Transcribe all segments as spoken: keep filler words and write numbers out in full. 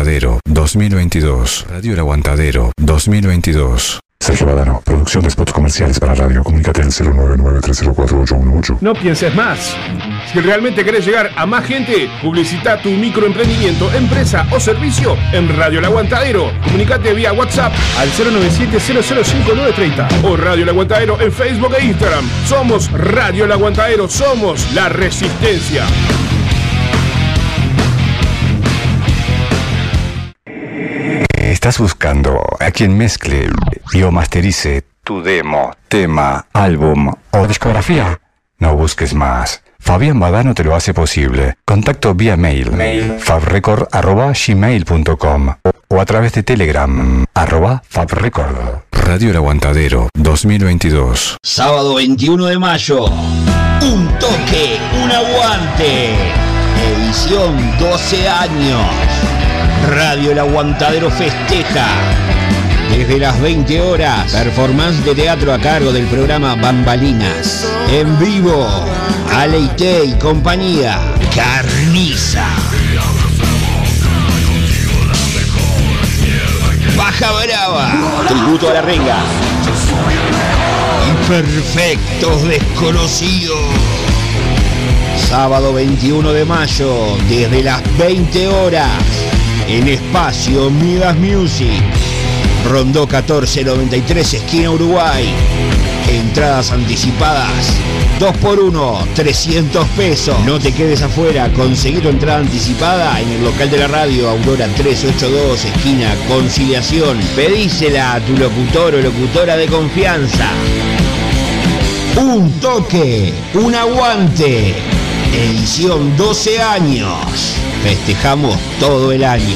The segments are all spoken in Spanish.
Aguantadero dos mil veintidós. Radio El Aguantadero dos mil veintidós. Sergio Badano, producción de spots comerciales para radio. Comunícate al cero nueve nueve tres cero cuatro ocho uno ocho. No pienses más. Si realmente querés llegar a más gente, publicita tu microemprendimiento, empresa o servicio en Radio El Aguantadero. Comunicate vía WhatsApp al cero nueve siete cero cero cinco nueve tres cero o Radio El Aguantadero en Facebook e Instagram. Somos Radio El Aguantadero, somos la resistencia. ¿Estás buscando a quien mezcle y o masterice tu demo, tema, álbum o discografía? No busques más. Fabián Badano te lo hace posible. Contacto vía mail, mail. fabrecord arroba gmail punto com o a través de Telegram arroba fabrecord. Radio El Aguantadero dos mil veintidós. Sábado veintiuno de mayo. Un toque, un aguante. Edición doce años. Radio El Aguantadero festeja. Desde las veinte horas, performance de teatro a cargo del programa Bambalinas. En vivo, Aleite y compañía. Carniza. Baja Brava. Tributo a la Renga. Y Perfectos Desconocidos. Sábado veintiuno de mayo, desde las veinte horas. En Espacio Midas Music, Rondó catorce noventa y tres, esquina Uruguay. Entradas anticipadas, dos por uno, trescientos pesos. No te quedes afuera, conseguí tu entrada anticipada en el local de la radio, Aurora trescientos ochenta y dos, esquina Conciliación. Pedísela a tu locutor o locutora de confianza. Un toque, un aguante. Edición doce años. Festejamos todo el año.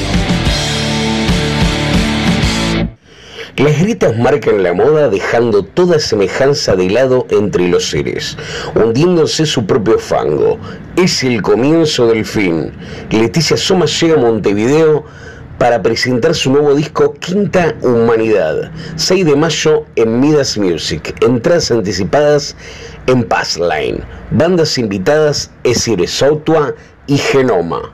Las grietas marcan la moda, dejando toda semejanza de lado entre los seres, hundiéndose su propio fango. Es el comienzo del fin. Leticia Soma llega a Montevideo para presentar su nuevo disco Quinta Humanidad. seis de mayo en Midas Music. Entradas anticipadas en Passline. Bandas invitadas Esire Sautua y Genoma.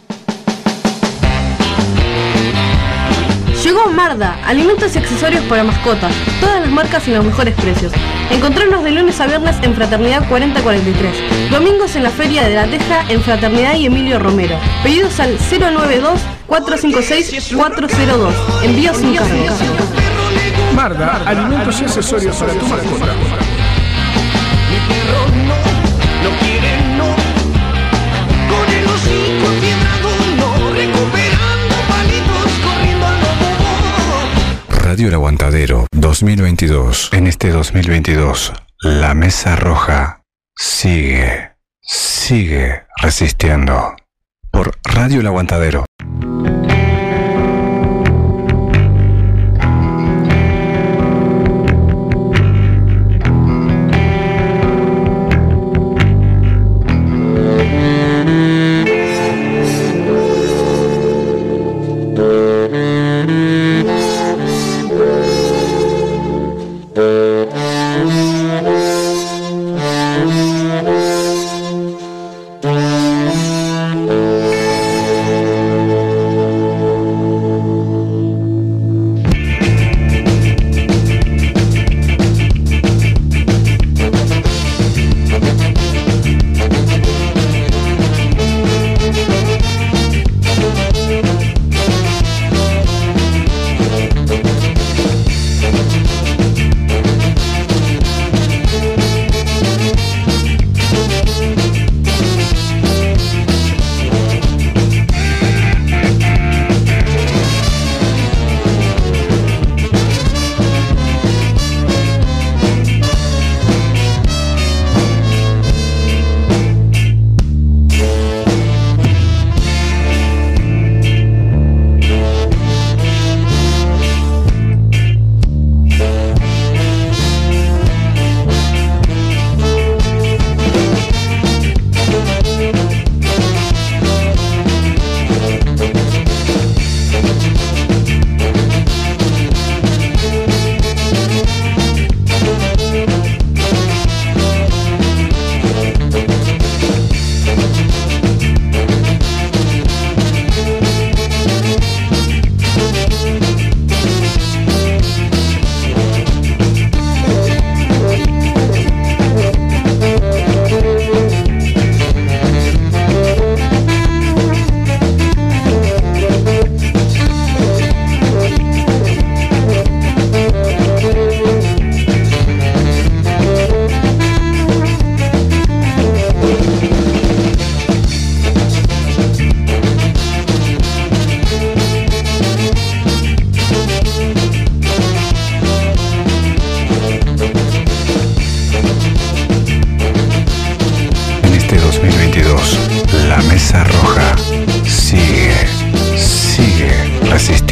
Llegó Marda, alimentos y accesorios para mascotas, todas las marcas y los mejores precios. Encontrarnos de lunes a viernes en Fraternidad cuarenta cuarenta y tres, domingos en la Feria de la Teja en Fraternidad y Emilio Romero. Pedidos al cero nueve dos, cuatro cinco seis, cuatro cero dos. Envíos sin cargo. Marda, alimentos y accesorios para tu mascota. Mi perro no, no quiere no. Con el hocico fiebrado no, recuperando palitos, corriendo al lobo. Radio El Aguantadero dos mil veintidós. En este dos mil veintidós, la Mesa Roja sigue, sigue resistiendo. Por Radio El Aguantadero.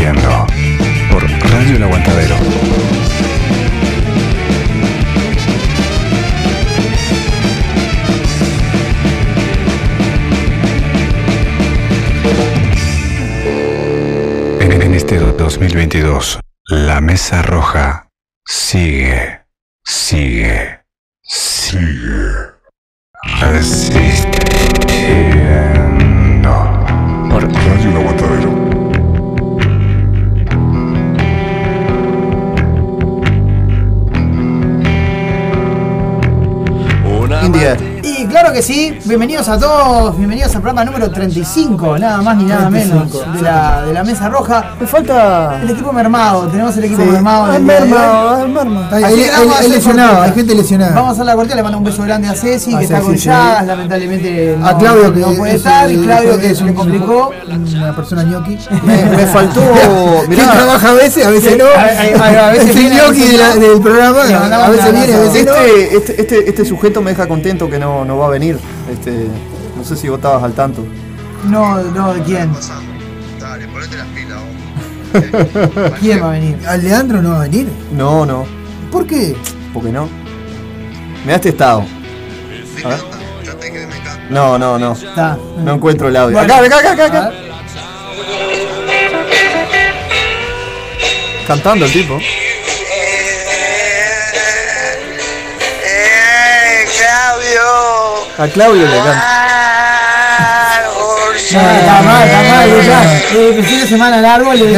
escuchando por Radio El Aguantadero. En, en este dos mil veintidós, la Mesa Roja sigue, sigue, sigue resistiendo por Radio El Aguantadero. India. Y claro que sí, bienvenidos a todos, bienvenidos al programa número treinta y cinco, nada más ni nada menos, de la, de la Mesa Roja. Me falta el equipo mermado, tenemos el equipo sí. mermado. Hay mermado, hay mermado. Hay, hay, hay, hay lesionado, hay gente lesionada. Vamos a hacer la cortita, le mando un beso grande a Ceci, a que Ceci, está con sí. llagas, lamentablemente no, a Claudio, que no puede es, estar, y Claudio que es un, le complicó. Una persona ñoqui. Me, me faltó. Mirá, que trabaja a veces, a veces no. A, a, a veces es el ñoqui de la, del programa, a veces viene, a veces no. Este, este, este, este sujeto me deja contento que no, no va a venir. Este, no sé si vos estabas al tanto. No, no, ¿de quién? Dale, ponete las pilas vos. ¿Quién va a venir? ¿Al Leandro no va a venir? No, no. ¿Por qué? ¿Por qué no? Me da este estado. Me encanta, ya te dije que me encanta. No, no, no. Está. No encuentro el audio. Bueno. Acá, acá, acá, acá. Cantando el tipo. ¡Eh, Claudio! A Claudio le canta. No, está mal, está mal, ya. Eh, fin de semana largo, le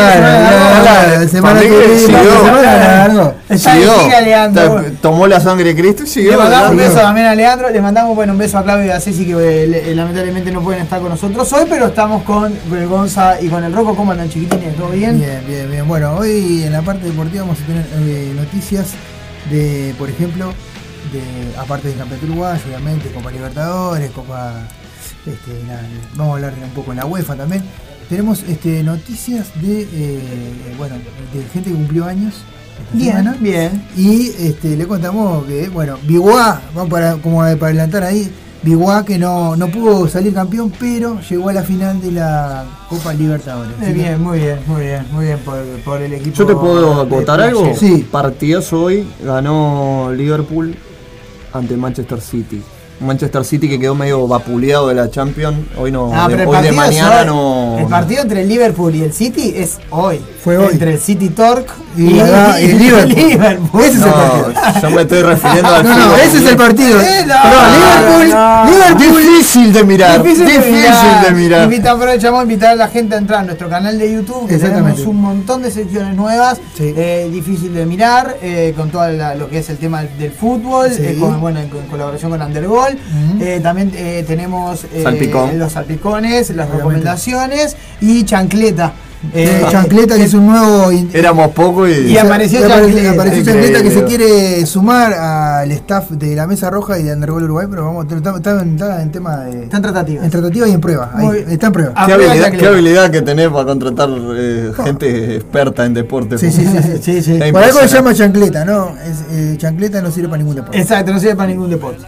Claro, semana que viene, semana largo. Está Siguió. sigue a Leandro. Tomó la sangre de Cristo y Le siguió. mandamos un ¿verdad? beso también a Leandro, le mandamos bueno, un beso a Claudio y a Ceci que eh, le- lamentablemente no pueden estar con nosotros hoy, pero estamos con el Gonza y con el Rocco. ¿Cómo andan, chiquitines? ¿Todo bien? Bien, bien, bien. Bueno, hoy en la parte deportiva vamos a tener eh, noticias de, por ejemplo, de aparte del Campeonato Uruguayo, obviamente, Copa Libertadores, Copa... Este, la- vamos a hablar de un poco en la UEFA también. Tenemos este, noticias de, eh, bueno, de gente que cumplió años esta Bien, semana. bien. Y este, le contamos que, bueno, Biguá, vamos para, como para adelantar ahí, Biguá que no, no pudo salir campeón, pero llegó a la final de la Copa Libertadores. Eh, bien, muy bien, muy bien, muy bien por, por el equipo. Yo te puedo de acotar Playero. algo. Sí. Partidazo hoy, ganó Liverpool ante Manchester City. Manchester City que quedó medio vapuleado de la Champions. Hoy no, Ah, de, pero el hoy de partido es mañana hoy. no. El partido entre el Liverpool y el City es hoy. Fue hoy. Entre el City Torque Y la- y el Liverpool. Ese es el No, partido. yo me estoy refiriendo al No, no, fútbol. ese es el partido. Eh, no, Perdón, Liverpool, no. Liverpool. Difícil de mirar. Difícil, Difícil, de mirar. de mirar. Invita, aprovechamos a invitar a la gente a entrar a nuestro canal de YouTube, que Exactamente. tenemos un montón de secciones nuevas, Sí. eh, difícil de mirar, eh, con todo lo que es el tema del fútbol, Sí. eh, con, bueno, en, en colaboración con Undergol. Ujú. Eh, también eh, tenemos eh, Salpicón. los salpicones, las Obviamente. recomendaciones y chancleta. Eh, Chancleta, que es un nuevo. in- Éramos pocos y. Y apareció apare- Chancleta. apareció Increíble. Chancleta que se quiere sumar al staff de la Mesa Roja y de Undergol Uruguay, pero vamos, está, está en, está en tema de. Están tratativas. En tratativa y en prueba. Ahí, Muy- está en prueba. Ah, ¿Qué prueba habilidad, Chancleta. qué habilidad que tenés para contratar eh, gente experta en deporte? Sí, sí, sí, sí, sí, sí. Está Por algo se impresionante. llama chancleta, ¿no? Es, eh, chancleta no sirve para ningún deporte. Exacto, no sirve para ningún deporte.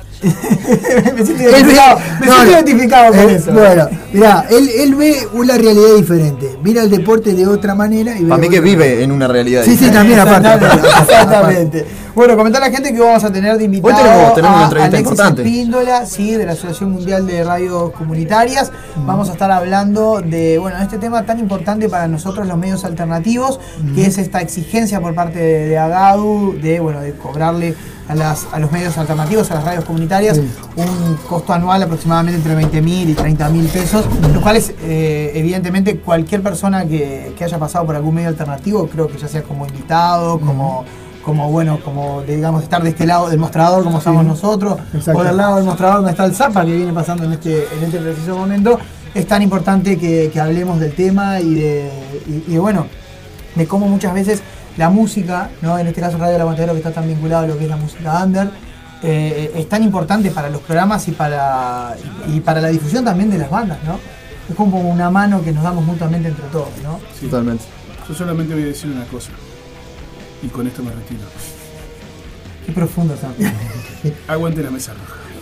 me siento Él ve- identificado, me no, siento no. identificado con Eh, eso. Bueno, mirá, él, él ve una realidad diferente. Mira el deporte de otra manera y ve Para mí que otra- vive en una realidad. Sí, sí, diferente. también aparte. Exactamente, aparte, exactamente. Bueno, comentar a la gente que vamos a tener de invitado Hoy tenemos- tenemos una a entrevista Alexis importante. Espíndola, sí, de la Asociación Mundial de Radios Comunitarias. Vamos a estar hablando de, bueno, este tema tan importante para nosotros los medios alternativos, que es esta exigencia por parte de, de Agadu de, bueno, de cobrarle a, las, a los medios alternativos, a las radios comunitarias, Sí. un costo anual aproximadamente entre veinte mil y treinta mil pesos, los cuales eh, evidentemente cualquier persona que, que haya pasado por algún medio alternativo, creo que ya sea como invitado, como, como bueno, como de, digamos estar de este lado del mostrador como estamos nosotros, Exacto. o del lado del mostrador donde está el Zapa que viene pasando en este, en este preciso momento, es tan importante que, que hablemos del tema y de, y, y bueno, de cómo muchas veces la música, ¿no? En este caso Radio El Aguantadero, que está tan vinculado a lo que es la música under, eh, es tan importante para los programas y para, y para la difusión también de las bandas, ¿no? Es como una mano que nos damos mutuamente entre todos, ¿no? Sí. Totalmente. Yo solamente voy a decir una cosa. Y con esto me retiro. Qué profundo, Sam. Aguante la Mesa Roja.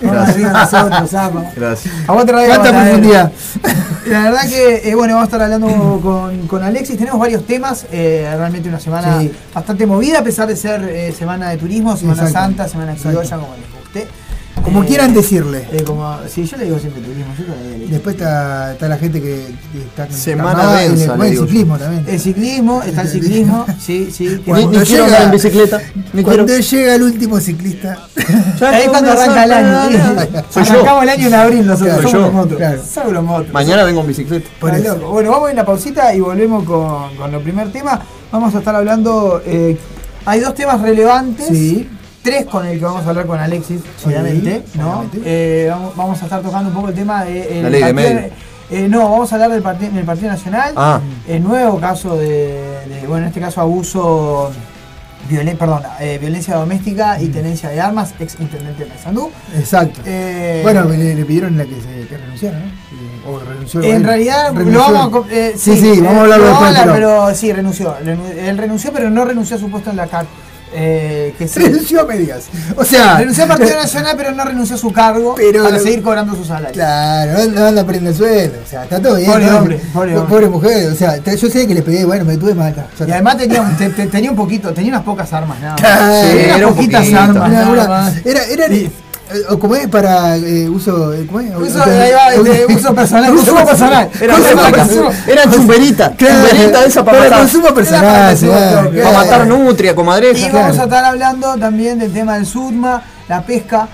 Vamos arriba nosotros, Zapa. Gracias. Aguante Radio ¿Cuánta Matadero. profundidad? La verdad que, eh, bueno, vamos a estar hablando con, con Alexis. Tenemos varios temas. Eh, realmente una semana Sí. bastante movida, a pesar de ser eh, semana de turismo, Semana Exacto. Santa, Semana Exacto. Criolla, como les guste. Como Eh, quieran decirle. eh, como, sí, yo le digo siempre turismo. Yo le digo. Después está, está la gente que, que está con Semana carnaval, densa, y le- le bueno, digo el ciclismo también. El ciclismo, está el ciclismo, sí, sí. que- Ni, Cuando ni quiero llega- andar en bicicleta. Ni quiero. Cuando llega el último ciclista. Ahí cuando arranca el año. Soy yo. Arrancamos el año en abril nosotros. Claro, somos yo. los monstruos. Claro. Somos los monstruos. Mañana vengo en bicicleta. Por Está eso. loco. Bueno, vamos a ir a una pausita y volvemos con, con el primer tema. Vamos a estar hablando. eh, hay dos temas relevantes. Sí. Tres con el que vamos a hablar con Alexis, Sí, obviamente. ¿no? obviamente. Eh, vamos, vamos a estar tocando un poco el tema de. el La ley de partido- medios. eh, no, vamos a hablar del partido, del Partido Nacional. Ah. El nuevo caso de, de- bueno, en este caso abuso. Violen, perdón, eh, violencia doméstica y tenencia de armas, ex intendente de Paysandú. Exacto. Eh, Bueno, le, le pidieron la que, se, que renunciara, ¿no? Eh, O renunció. En él. realidad Renunció. lo vamos a co- eh, Sí, sí, vamos a hablarlo lo después, hablar, pero- pero sí, renunció. Renu- Él renunció, pero no renunció a su puesto en la C A C. Eh, que sí. Renunció a medias. O sea. renunció al Partido Nacional, pero no renunció a su cargo Pero para lo- seguir cobrando su salario. Claro, no anda perdiendo el sueldo. O sea, está todo bien. Pobre ¿no? hombre, pobre Po- hombre. Pobre mujer. O sea, te- yo sé que le pegué, bueno, me tuve mal. ya Y está. además tenía, un- te- te- tenía un poquito, tenía unas pocas armas, nada más. Claro, Tenía era unas un poquitas poquito. armas, Una- nada una- más. era, era, eh, o como es para eh, uso, eh, ¿cómo es? Uso, ahí va, de uso personal, consumo personal. Era Consumo una placa. personal. Era chumberita. Claro, Chumberita esa para para matar. consumo Era personal. para consumo claro, propio. Para claro. matar nutria, Y comadreja. vamos a estar hablando también del tema del SUDMA, la pesca.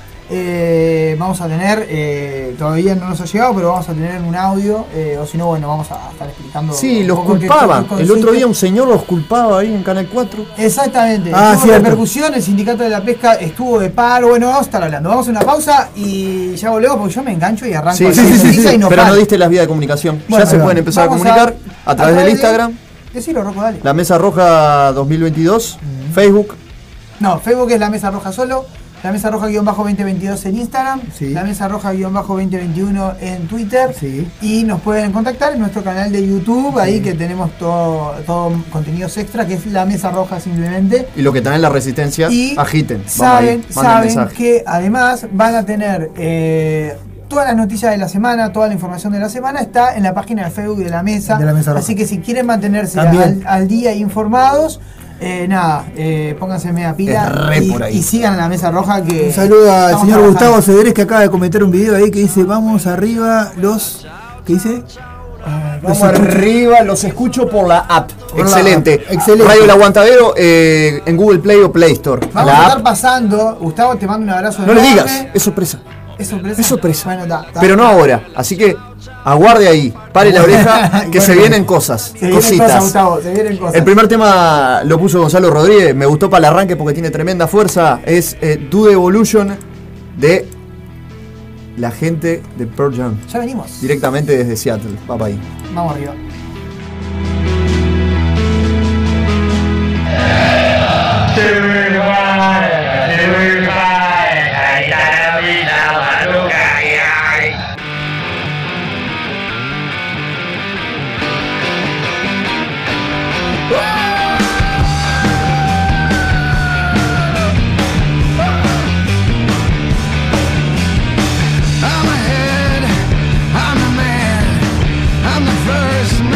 Eh, vamos a tener, eh, todavía no nos ha llegado, pero vamos a tener un audio, eh, o si no, bueno, vamos a estar explicando. Sí, un los poco qué- culpaba. qué El otro consiste. día un señor los culpaba ahí en Canal cuatro. Exactamente, Ah, tuvo cierto. repercusión, el sindicato de la pesca estuvo de paro, bueno, vamos a estar hablando, vamos a una pausa y ya volvemos porque yo me engancho y arranco Sí, a sí, la sí, sí, noticia sí. y no Pero paro. no diste las vías de comunicación. Bueno, ya se ahí va. pueden empezar a Vamos comunicar a, través del de- Instagram, Decilo, Rocco, dale. la Mesa Roja dos mil veintidós, Facebook. No, Facebook es la Mesa Roja solo, la Mesa Roja guión bajo veinte veintidós en Instagram, Sí. la Mesa Roja guión bajo veinte veintiuno en Twitter Sí. y nos pueden contactar en nuestro canal de YouTube, ahí que tenemos todo, todo contenidos extra, que es la Mesa Roja simplemente. Y lo que tengan la resistencia, Y agiten. Vamos saben, ahí, manden saben mensaje. que además van a tener eh, todas las noticias de la semana, toda la información de la semana está en la página de Facebook de la Mesa. De la Mesa Roja. Así que si quieren mantenerse al, También. al día e informados, eh, nada, eh, pónganse media pila Es re y, por ahí. y sigan a la Mesa Roja que... Un saludo al estamos señor trabajando. Gustavo Cederes que acaba de comentar un video ahí que dice vamos arriba los. ¿Qué dice? Vamos Los escucho. arriba, los escucho por la app. Por la Excelente. app, excelente. Radio El Aguantadero eh, en Google Play o Play Store. Vamos la a app. estar pasando, Gustavo te mando un abrazo No le enorme. digas, es sorpresa. ¿Es sorpresa? Es sorpresa. Bueno, ta, ta. Pero no ahora. Así que aguarde ahí. Pare la oreja que se vienen cosas. Se vienen cositas. cosas, Gustavo, se vienen cosas. El primer tema lo puso Gonzalo Rodríguez. Me gustó para el arranque porque tiene tremenda fuerza. Es eh, Do the Evolution de la gente de Pearl Jam. Ya venimos. Directamente desde Seattle. Va para ahí. Vamos arriba. I'm ahead, I'm the man, I'm the first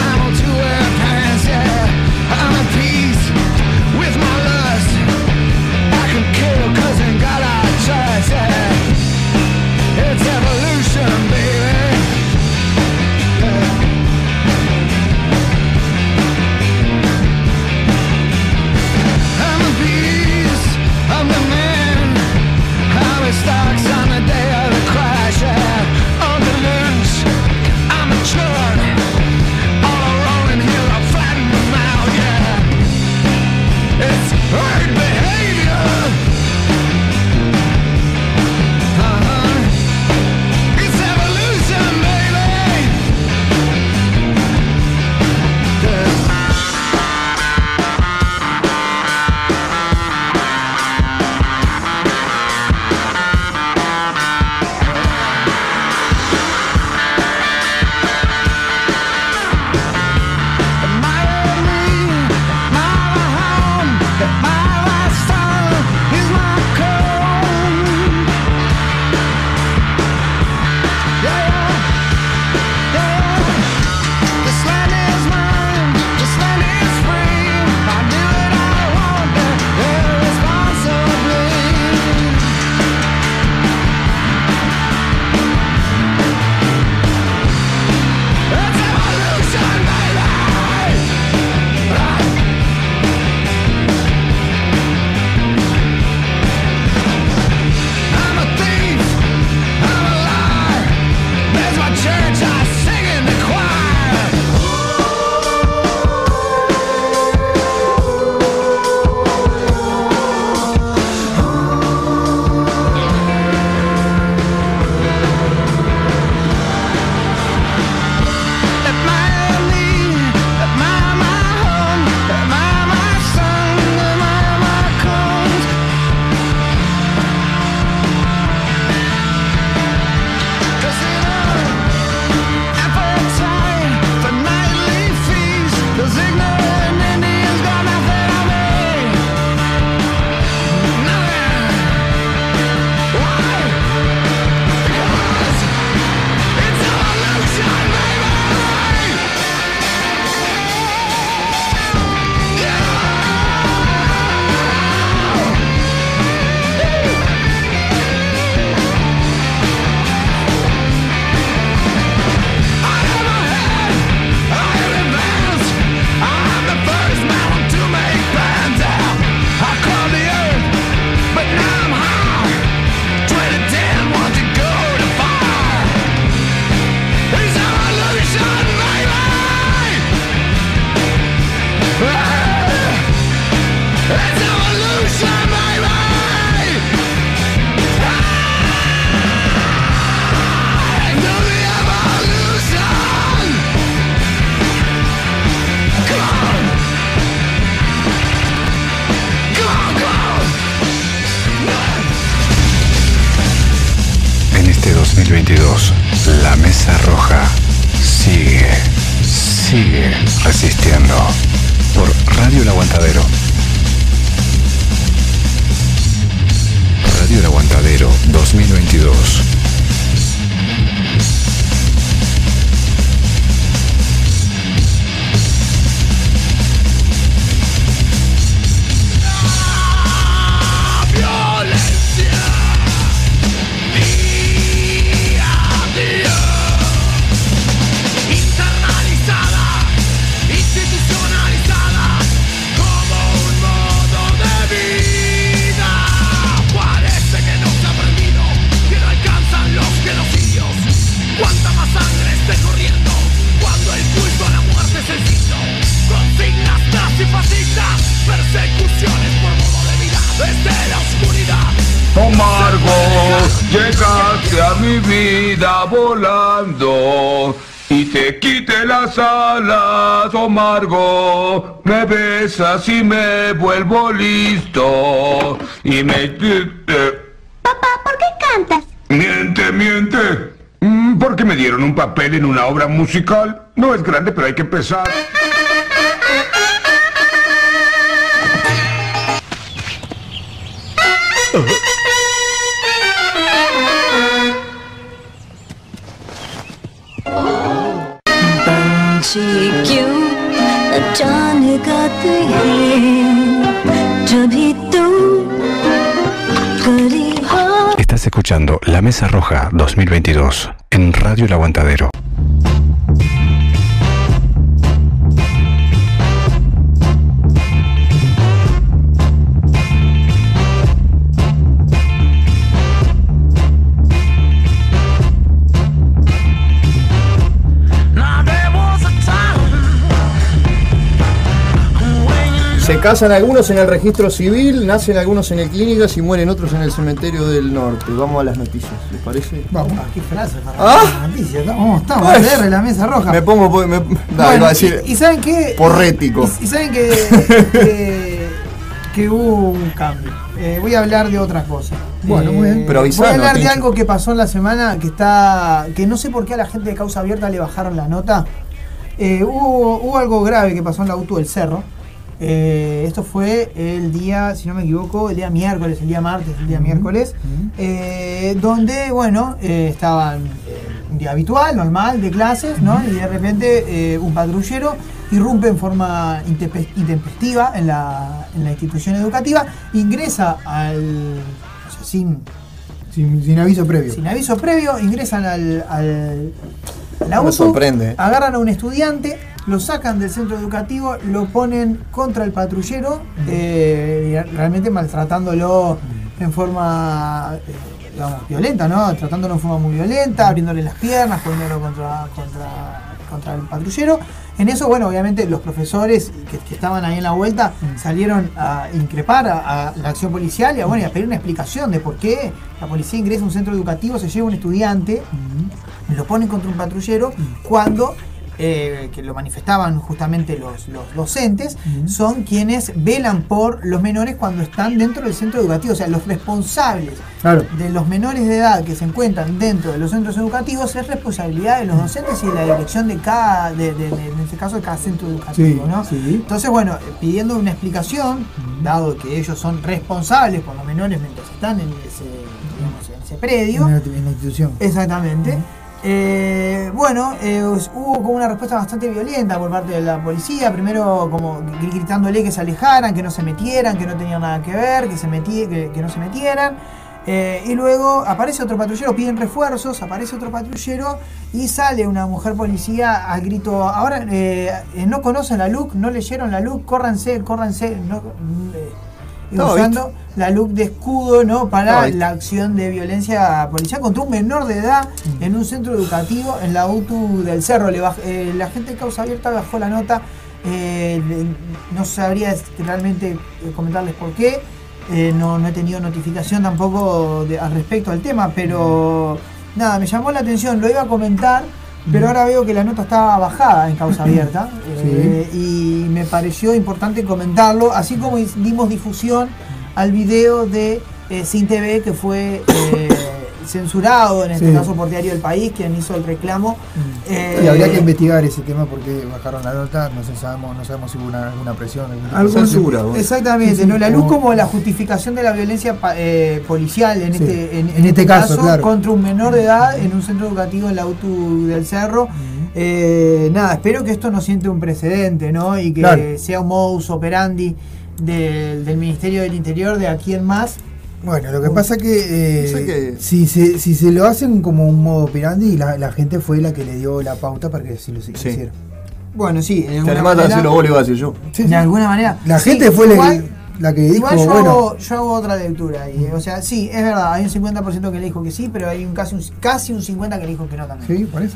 veintidós. La Mesa Roja sigue, sigue resistiendo. Por Radio El Aguantadero. Radio El Aguantadero dos mil veintidós. Margo, llegaste a mi vida volando y te quité las alas, oh Margo, me besas y me vuelvo listo y me... Papá, ¿por qué cantas? Miente, miente. Mm, Porque me dieron un papel en una obra musical. No es grande, pero hay que empezar. Estás escuchando La Mesa Roja dos mil veintidós en Radio El Aguantadero. Se casan algunos en el registro civil, nacen algunos en el clínicas y mueren otros en el cementerio del norte. Vamos a las noticias, ¿les parece? Vamos, ¿qué frase para ¿Ah? las noticias? ¿Cómo estamos? A leer la Mesa Roja. Me pongo, me, da, Bueno, iba a decir, y, y saben qué, porrético. Y, y saben que, que, que hubo un cambio. Eh, voy a hablar de otra cosa. Bueno, Eh, muy bien. Pero voy avisanos, a hablar de Tincho. algo que pasó en la semana que está, que no sé por qué a la gente de Causa Abierta le bajaron la nota. Eh, hubo, hubo algo grave que pasó en la Auto del Cerro. Eh, esto fue el día, si no me equivoco, el día miércoles, el día martes, el día Ujú, miércoles, eh, donde, bueno, eh, estaban eh, un día habitual, normal, de clases, ¿no? Y de repente eh, un patrullero irrumpe en forma intempe- intempestiva en la, en la institución educativa, ingresa al, o sea, sin, Sin, sin aviso previo. sin aviso previo, ingresan al, al, al Me auto, sorprende. agarran a un estudiante, lo sacan del centro educativo, lo ponen contra el patrullero, eh, y realmente maltratándolo en forma, eh, digamos, violenta, ¿no? Tratándolo en forma muy violenta, abriéndole las piernas, poniéndolo contra, contra, contra el patrullero. En eso, bueno, obviamente los profesores que, que estaban ahí en la vuelta salieron a increpar a, a la acción policial y a, bueno, y a pedir una explicación de por qué la policía ingresa a un centro educativo, se lleva un estudiante, lo ponen contra un patrullero, cuando, eh, que lo manifestaban justamente los, los docentes, son quienes velan por los menores cuando están dentro del centro educativo. O sea, los responsables Claro. de los menores de edad que se encuentran dentro de los centros educativos es responsabilidad de los docentes y de la dirección de cada, de, de- de- en este caso, de cada centro educativo, Sí, ¿no? sí. Entonces, bueno, pidiendo una explicación, dado que ellos son responsables por los menores mientras están en ese, digamos, en ese predio. En la, en la institución. Exactamente. Eh, bueno, eh, hubo como una respuesta bastante violenta por parte de la policía, primero como gr- gritándole que se alejaran, que no se metieran, que no tenían nada que ver, que, se metí, que, que no se metieran. Eh, y luego aparece otro patrullero, piden refuerzos, aparece otro patrullero y sale una mujer policía al grito, ahora eh, eh, no conocen la L U C, no leyeron la L U C, córranse, córranse, no, eh, y No, usando la L U C de escudo, ¿no? Para No, ¿viste? la acción de violencia policial contra un menor de edad en un centro educativo en la U T U del Cerro. Le baj- eh, la gente de Causa Abierta bajó la nota, eh, de- no sabría realmente eh, comentarles por qué. Eh, no, no he tenido notificación tampoco de- al respecto al tema, pero nada, me llamó la atención, lo iba a comentar, pero ahora veo que la nota estaba bajada en Causa Abierta, eh, y me pareció importante comentarlo, así como dimos difusión al video de eh, Sin T V, que fue eh, censurado, en este Sí. caso por Diario del País, quien hizo el reclamo. Eh, Y habría que investigar ese tema porque bajaron la nota, no sé, sabemos, no sabemos si hubo una, alguna presión. algún tipo de Algún- censura, ¿no? Exactamente, Sí, sí, ¿no? La luz como- como la justificación de la violencia pa- eh, policial en, Sí. este, en, En este caso, claro. contra un menor de edad en un centro educativo en la U T U del Cerro. Eh, nada, espero que esto no siente un precedente, ¿no? Y que Claro. sea un modus operandi del, del Ministerio del Interior de aquí en más. Bueno, lo que pasa que, eh, Sé que- Si, se, si se lo hacen como un modo pirandi, la, la gente fue la que le dio la pauta para que sí lo si- Sí. hiciera. Bueno, sí, de Que alguna además manera, así lo vos le iba a decir yo. de alguna manera. La Sí, gente fue la, igual- la que dijo, Igual yo, bueno, hago, yo hago otra lectura ahí. O sea, sí, es verdad, hay un cincuenta por ciento que le dijo que sí, pero hay un casi un, casi un cincuenta por ciento que le dijo que no también. sí, por eso.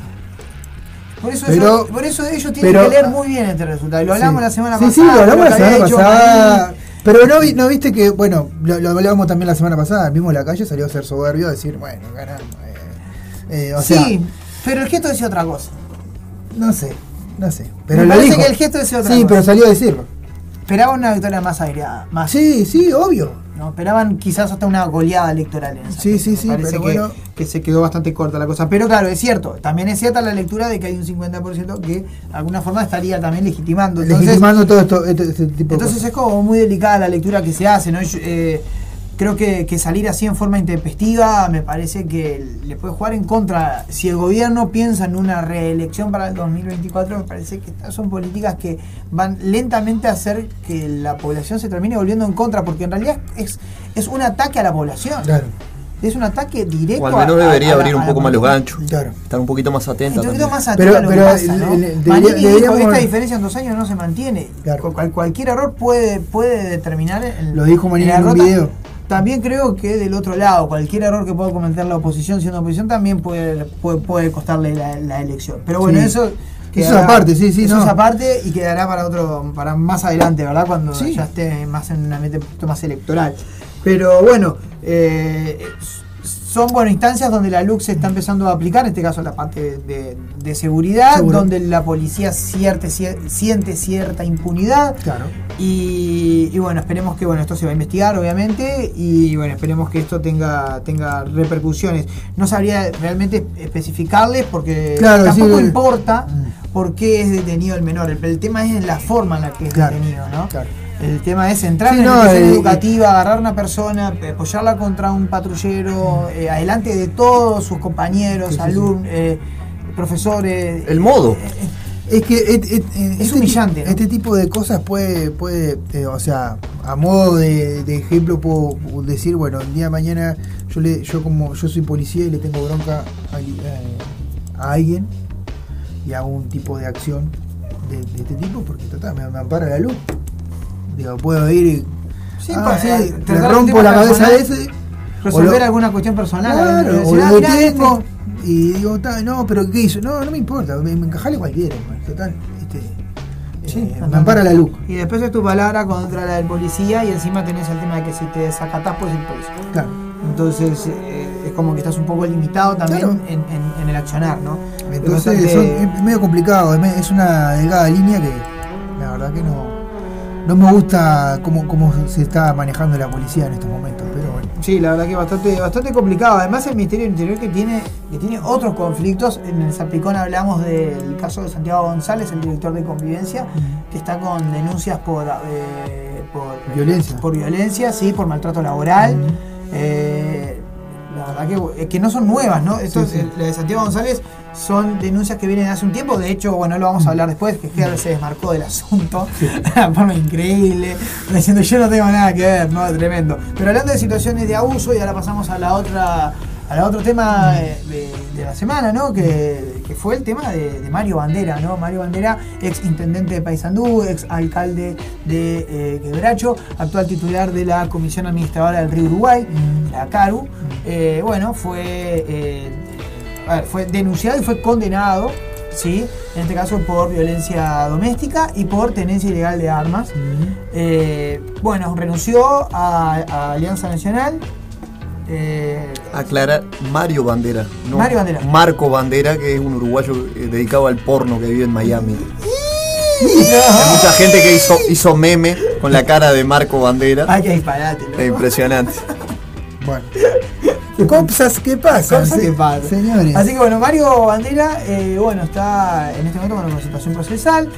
Por eso, Pero- eso- por eso ellos tienen pero- que leer muy bien este resultado. Y lo hablamos Sí. la semana sí, pasada. Sí, lo hablamos lo la que había semana hecho pasada. Marín. Pero no, vi- no viste que, bueno, lo, lo hablábamos también la semana pasada, el mismo La Calle salió a ser soberbio a decir, bueno, ganamos. Eh, eh, o sea, Sí, pero el gesto decía otra cosa. no sé, no sé. Pero Me lo parece dijo. que el gesto decía otra Sí, cosa. pero salió a decirlo. Esperaba una victoria más aireada. Más, Sí, sí, obvio. ¿no? Esperaban quizás hasta una goleada electoral en esa. Sí, sí, Me sí, parece pero que, bueno. que se quedó bastante corta la cosa. Pero claro, es cierto. También es cierta la lectura de que hay un cincuenta por ciento que de alguna forma estaría también legitimando. Entonces, Legitimando todo esto, este, este tipo Entonces de es como muy delicada la lectura que se hace, ¿no? Yo, eh, creo que, que salir así en forma intempestiva me parece que le puede jugar en contra. Si el gobierno piensa en una reelección para el dos mil veinticuatro, me parece que estas son políticas que van lentamente a hacer que la población se termine volviendo en contra, porque en realidad es, es un ataque a la población. Claro. Es un ataque directo. O al menos a- a- debería a la- abrir un a la poco más los población. ganchos. Claro. Estar un poquito más atenta. Un poquito también. más atento Pero- a lo pero que pasa, el- ¿no? el- el- Manini debería- dijo, deberíamos- esta diferencia en dos años no se mantiene. Claro. Cual- cualquier error puede, puede determinar el, Lo dijo Manini la en un derrota. video. También creo que del otro lado, cualquier error que pueda cometer la oposición siendo oposición también puede, puede, puede costarle la, la elección. Pero bueno, Sí. eso Eso quedará- es aparte, sí, sí, Eso no. es aparte y quedará para otro, para más adelante, ¿verdad? Cuando Sí. ya esté más en un ambiente un poquito más electoral. Pero bueno, eh, son bueno, instancias donde la L U C se está empezando a aplicar, en este caso la parte de, de seguridad, Seguro. donde la policía cierte- cier- siente cierta impunidad. Claro. Y, y bueno, esperemos que bueno, esto se va a investigar, obviamente, y bueno, esperemos que esto tenga, tenga repercusiones. No sabría realmente especificarles porque Claro, tampoco sí, importa por qué es detenido el menor. El, el tema es en la forma en la que es Claro, detenido, ¿no? claro. El tema es entrar Sí, en no, la institución eh, educativa, agarrar a una persona, eh, apoyarla contra un patrullero, eh, adelante de todos sus compañeros, Sí, sí, sí. alumnos, eh, profesores. El modo. Es que et- et- Es este humillante, ti- ¿no? Este tipo de cosas puede, puede eh, o sea, a modo de, de ejemplo puedo decir, bueno, el día de mañana yo le, yo como yo soy policía y le tengo bronca a, eh, a alguien y hago un tipo de acción de, de este tipo porque total, me, me ampara la luz. Digo, puedo ir y Sí, ah, para- sí, eh, le tratar un rompo tema la cabeza a personal, ese. Resolver o lo- alguna cuestión personal. Claro, Decir, o lo "Ah, mirá, detengo este- y digo, "Ta, no, pero ¿qué hizo? No, no me importa, me, me encajale cualquiera, man, total, este, Sí, eh, me totalmente. ampara la luz. Y después es tu palabra contra la del policía y encima tenés el tema de que si te desacatás puedes ir preso. Claro. Entonces eh, es como que estás un poco limitado también Claro. en, en- en el accionar, ¿no? Es Entonces bastante- son- es medio complicado, es, me- es una delgada línea que la verdad que no, no me gusta cómo, cómo se está manejando la policía en estos momentos, pero bueno. Sí, la verdad que es bastante, bastante complicado. Además el Ministerio del Interior que tiene, que tiene otros conflictos. En el Zapicón hablamos del caso de Santiago González, el director de convivencia, que está con denuncias por, eh, por Violencia. por violencia, sí, por maltrato laboral. Eh, la verdad que, eh, que no son nuevas, ¿no? Esto, Sí, sí. eh, la de Santiago González son denuncias que vienen de hace un tiempo. De hecho, bueno, lo vamos a hablar después, que Gerber se desmarcó del asunto de una forma increíble, diciendo yo no tengo nada que ver, ¿no? Tremendo. Pero hablando de situaciones de abuso, y ahora pasamos a la otra, a la otro tema eh, de, de la semana, ¿no? Que, que fue el tema de, de Mario Bandera, ¿no? Mario Bandera, ex intendente de Paysandú, ex alcalde de eh, Quebracho, actual titular de la Comisión Administradora del Río Uruguay, la CARU. Eh, bueno, fue, eh, a ver, fue denunciado y fue condenado, ¿sí? En este caso por violencia doméstica y por tenencia ilegal de armas. Eh, bueno, renunció a, a Alianza Nacional. Eh, Aclarar, Mario Bandera, no Mario Bandera. Marco Bandera, que es un uruguayo eh, dedicado al porno que vive en Miami. Hay mucha gente que hizo, hizo meme con la cara de Marco Bandera. Ay, qué disparate, loco. Es impresionante. Bueno. Cosas que pasan. Cosas que pasan. Señores. Así que bueno, Mario Bandera, eh, bueno, está en este momento con una situación procesal.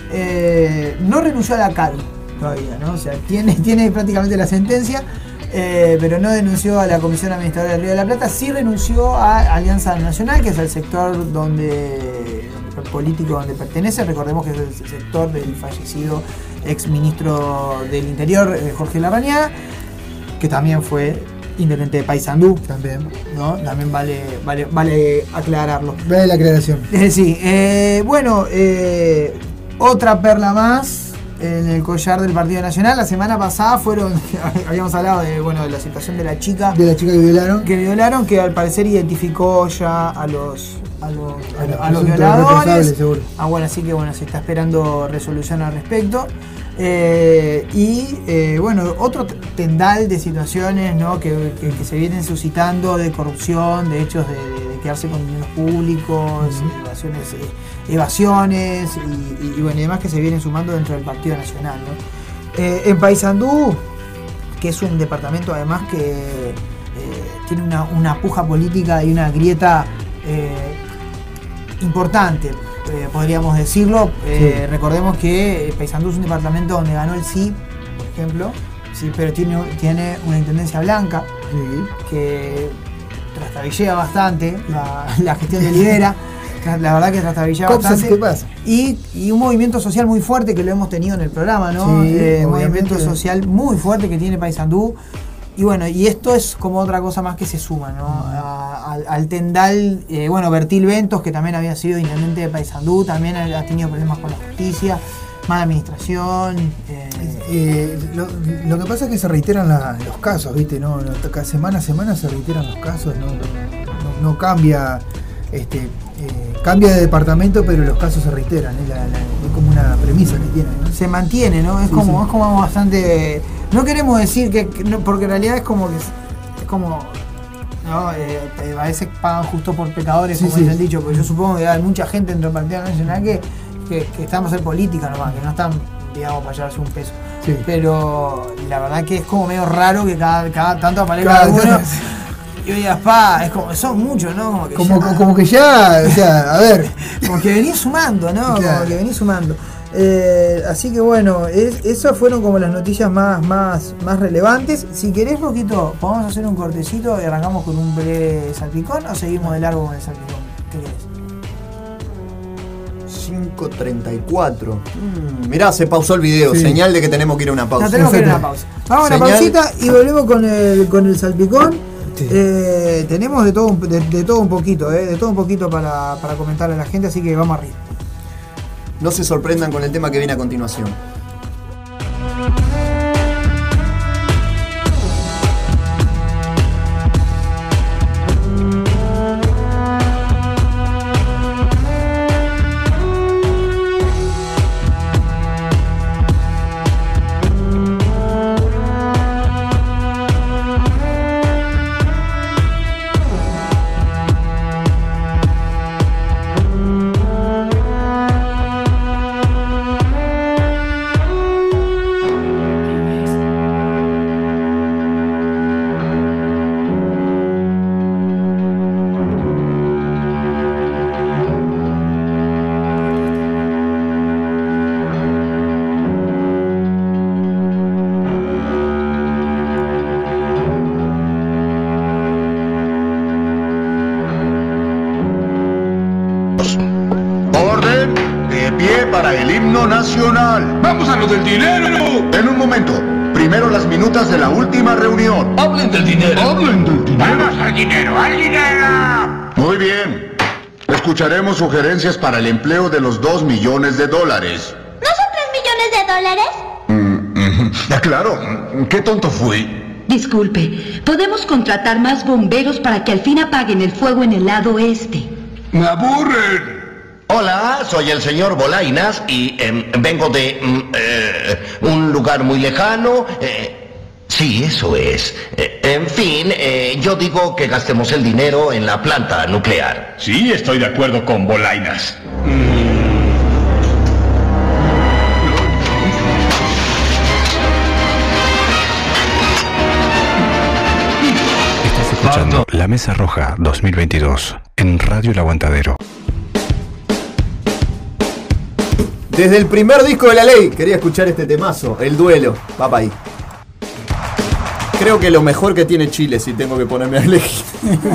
Eh, no renunció a la cal todavía, ¿no? O sea, tiene, tiene prácticamente la sentencia, eh, pero no denunció a la Comisión Administradora del Río de la Plata. Sí renunció a Alianza Nacional, que es el sector donde, donde político donde pertenece. Recordemos que es el sector del fallecido ex ministro del Interior, eh, Jorge Larrañaga, que también fue intendente de Paysandú, también, ¿no? También vale, vale, vale aclararlo. Vale la aclaración. Eh, sí, eh, bueno, eh, otra perla más en el collar del Partido Nacional. La semana pasada fueron, habíamos hablado de, bueno, de la situación de la chica. De la chica que violaron. Que violaron, que al parecer identificó ya a los, a los, a los, a a los los violadores. Seguro. Ah, bueno, así que bueno, se está esperando resolución al respecto. Eh, y eh, bueno, otro tendal de situaciones, ¿no? que, que, que se vienen suscitando de corrupción, de hechos de, de, de quedarse con dineros públicos, uh-huh. evasiones, eh, evasiones y, y, y bueno, y demás que se vienen sumando dentro del Partido Nacional, ¿no? Eh, en Paysandú, que es un departamento además que eh, tiene una, una puja política y una grieta eh, importante. Eh, podríamos decirlo, eh, sí. Recordemos que Paysandú es un departamento donde ganó el sí, por ejemplo, sí, pero tiene, tiene una intendencia blanca, sí. Que trastabillea bastante la, la gestión de Libera, la verdad que trastabillea bastante. ¿Qué pasa? Y, y un movimiento social muy fuerte que lo hemos tenido en el programa, ¿no? Sí, eh, un movimiento social muy fuerte que tiene Paysandú. Y bueno, y esto es como otra cosa más que se suma, ¿no? A, al, al tendal, eh, bueno, Bertil Ventos, que también había sido intendente de Paysandú, también ha, ha tenido problemas con la justicia, mala administración. Eh. Eh, lo, lo que pasa es que se reiteran la, los casos, ¿viste? ¿No? Cada semana a semana se reiteran los casos, no, no, no cambia, este, eh, cambia de departamento, pero los casos se reiteran, ¿eh? la, la, es como una premisa que tienen, ¿no? Se mantiene, ¿no? Es, sí, como, sí. es como bastante... No queremos decir que, que no, porque en realidad es como que es como, ¿no? Eh, a veces pagan justo por pecadores, sí, como sí. dice el dicho, porque yo supongo que hay mucha gente dentro del Partido Nacional que, que, que estamos en política nomás, que no están, digamos, para llevarse un peso. Sí. Pero la verdad que es como medio raro que cada, cada tanto aparezca claro, alguno y yo digas, pa, es como, son muchos, ¿no? Como que, como, ya, como que ya, o sea, a ver. Como que venís sumando, ¿no? Claro. Como que venís sumando. Eh, así que bueno, es, esas fueron como las noticias más, más, más relevantes. Si querés, Roquito, podemos hacer un cortecito y arrancamos con un breve salpicón o seguimos de largo con el salpicón. ¿Qué querés? cinco treinta y cuatro. Mm, mirá, se pausó el video, sí. Señal de que tenemos que ir a una pausa. No, tenemos que ir a una pausa. Vamos a una pausita y volvemos con el, con el salpicón. Sí. Eh, tenemos de todo, de, de todo un poquito, eh, de todo un poquito para, para comentarle a la gente, así que vamos arriba. No se sorprendan con el tema que viene a continuación. Nacional. ¡Vamos a lo del dinero! En un momento. Primero las minutas de la última reunión. ¡Hablen del dinero! ¡Hablen del dinero! ¡Vamos al dinero! ¡Al dinero! Muy bien. Escucharemos sugerencias para el empleo de los dos millones de dólares. ¿No son tres millones de dólares? Mm, mm, claro. Qué tonto fui. Disculpe, ¿podemos contratar más bomberos para que al fin apaguen el fuego en el lado este? ¡Me aburren! Hola, soy el señor Bolainas y eh, vengo de eh, un lugar muy lejano. Eh, sí, eso es. Eh, en fin, eh, yo digo que gastemos el dinero en la planta nuclear. Sí, estoy de acuerdo con Bolainas. Estás escuchando escuchando La Mesa Roja dos mil veintidós en Radio El Aguantadero. Desde el primer disco de La Ley quería escuchar este temazo, El Duelo. Va pa' ahí. Creo que lo mejor que tiene Chile, si tengo que ponerme a elegir.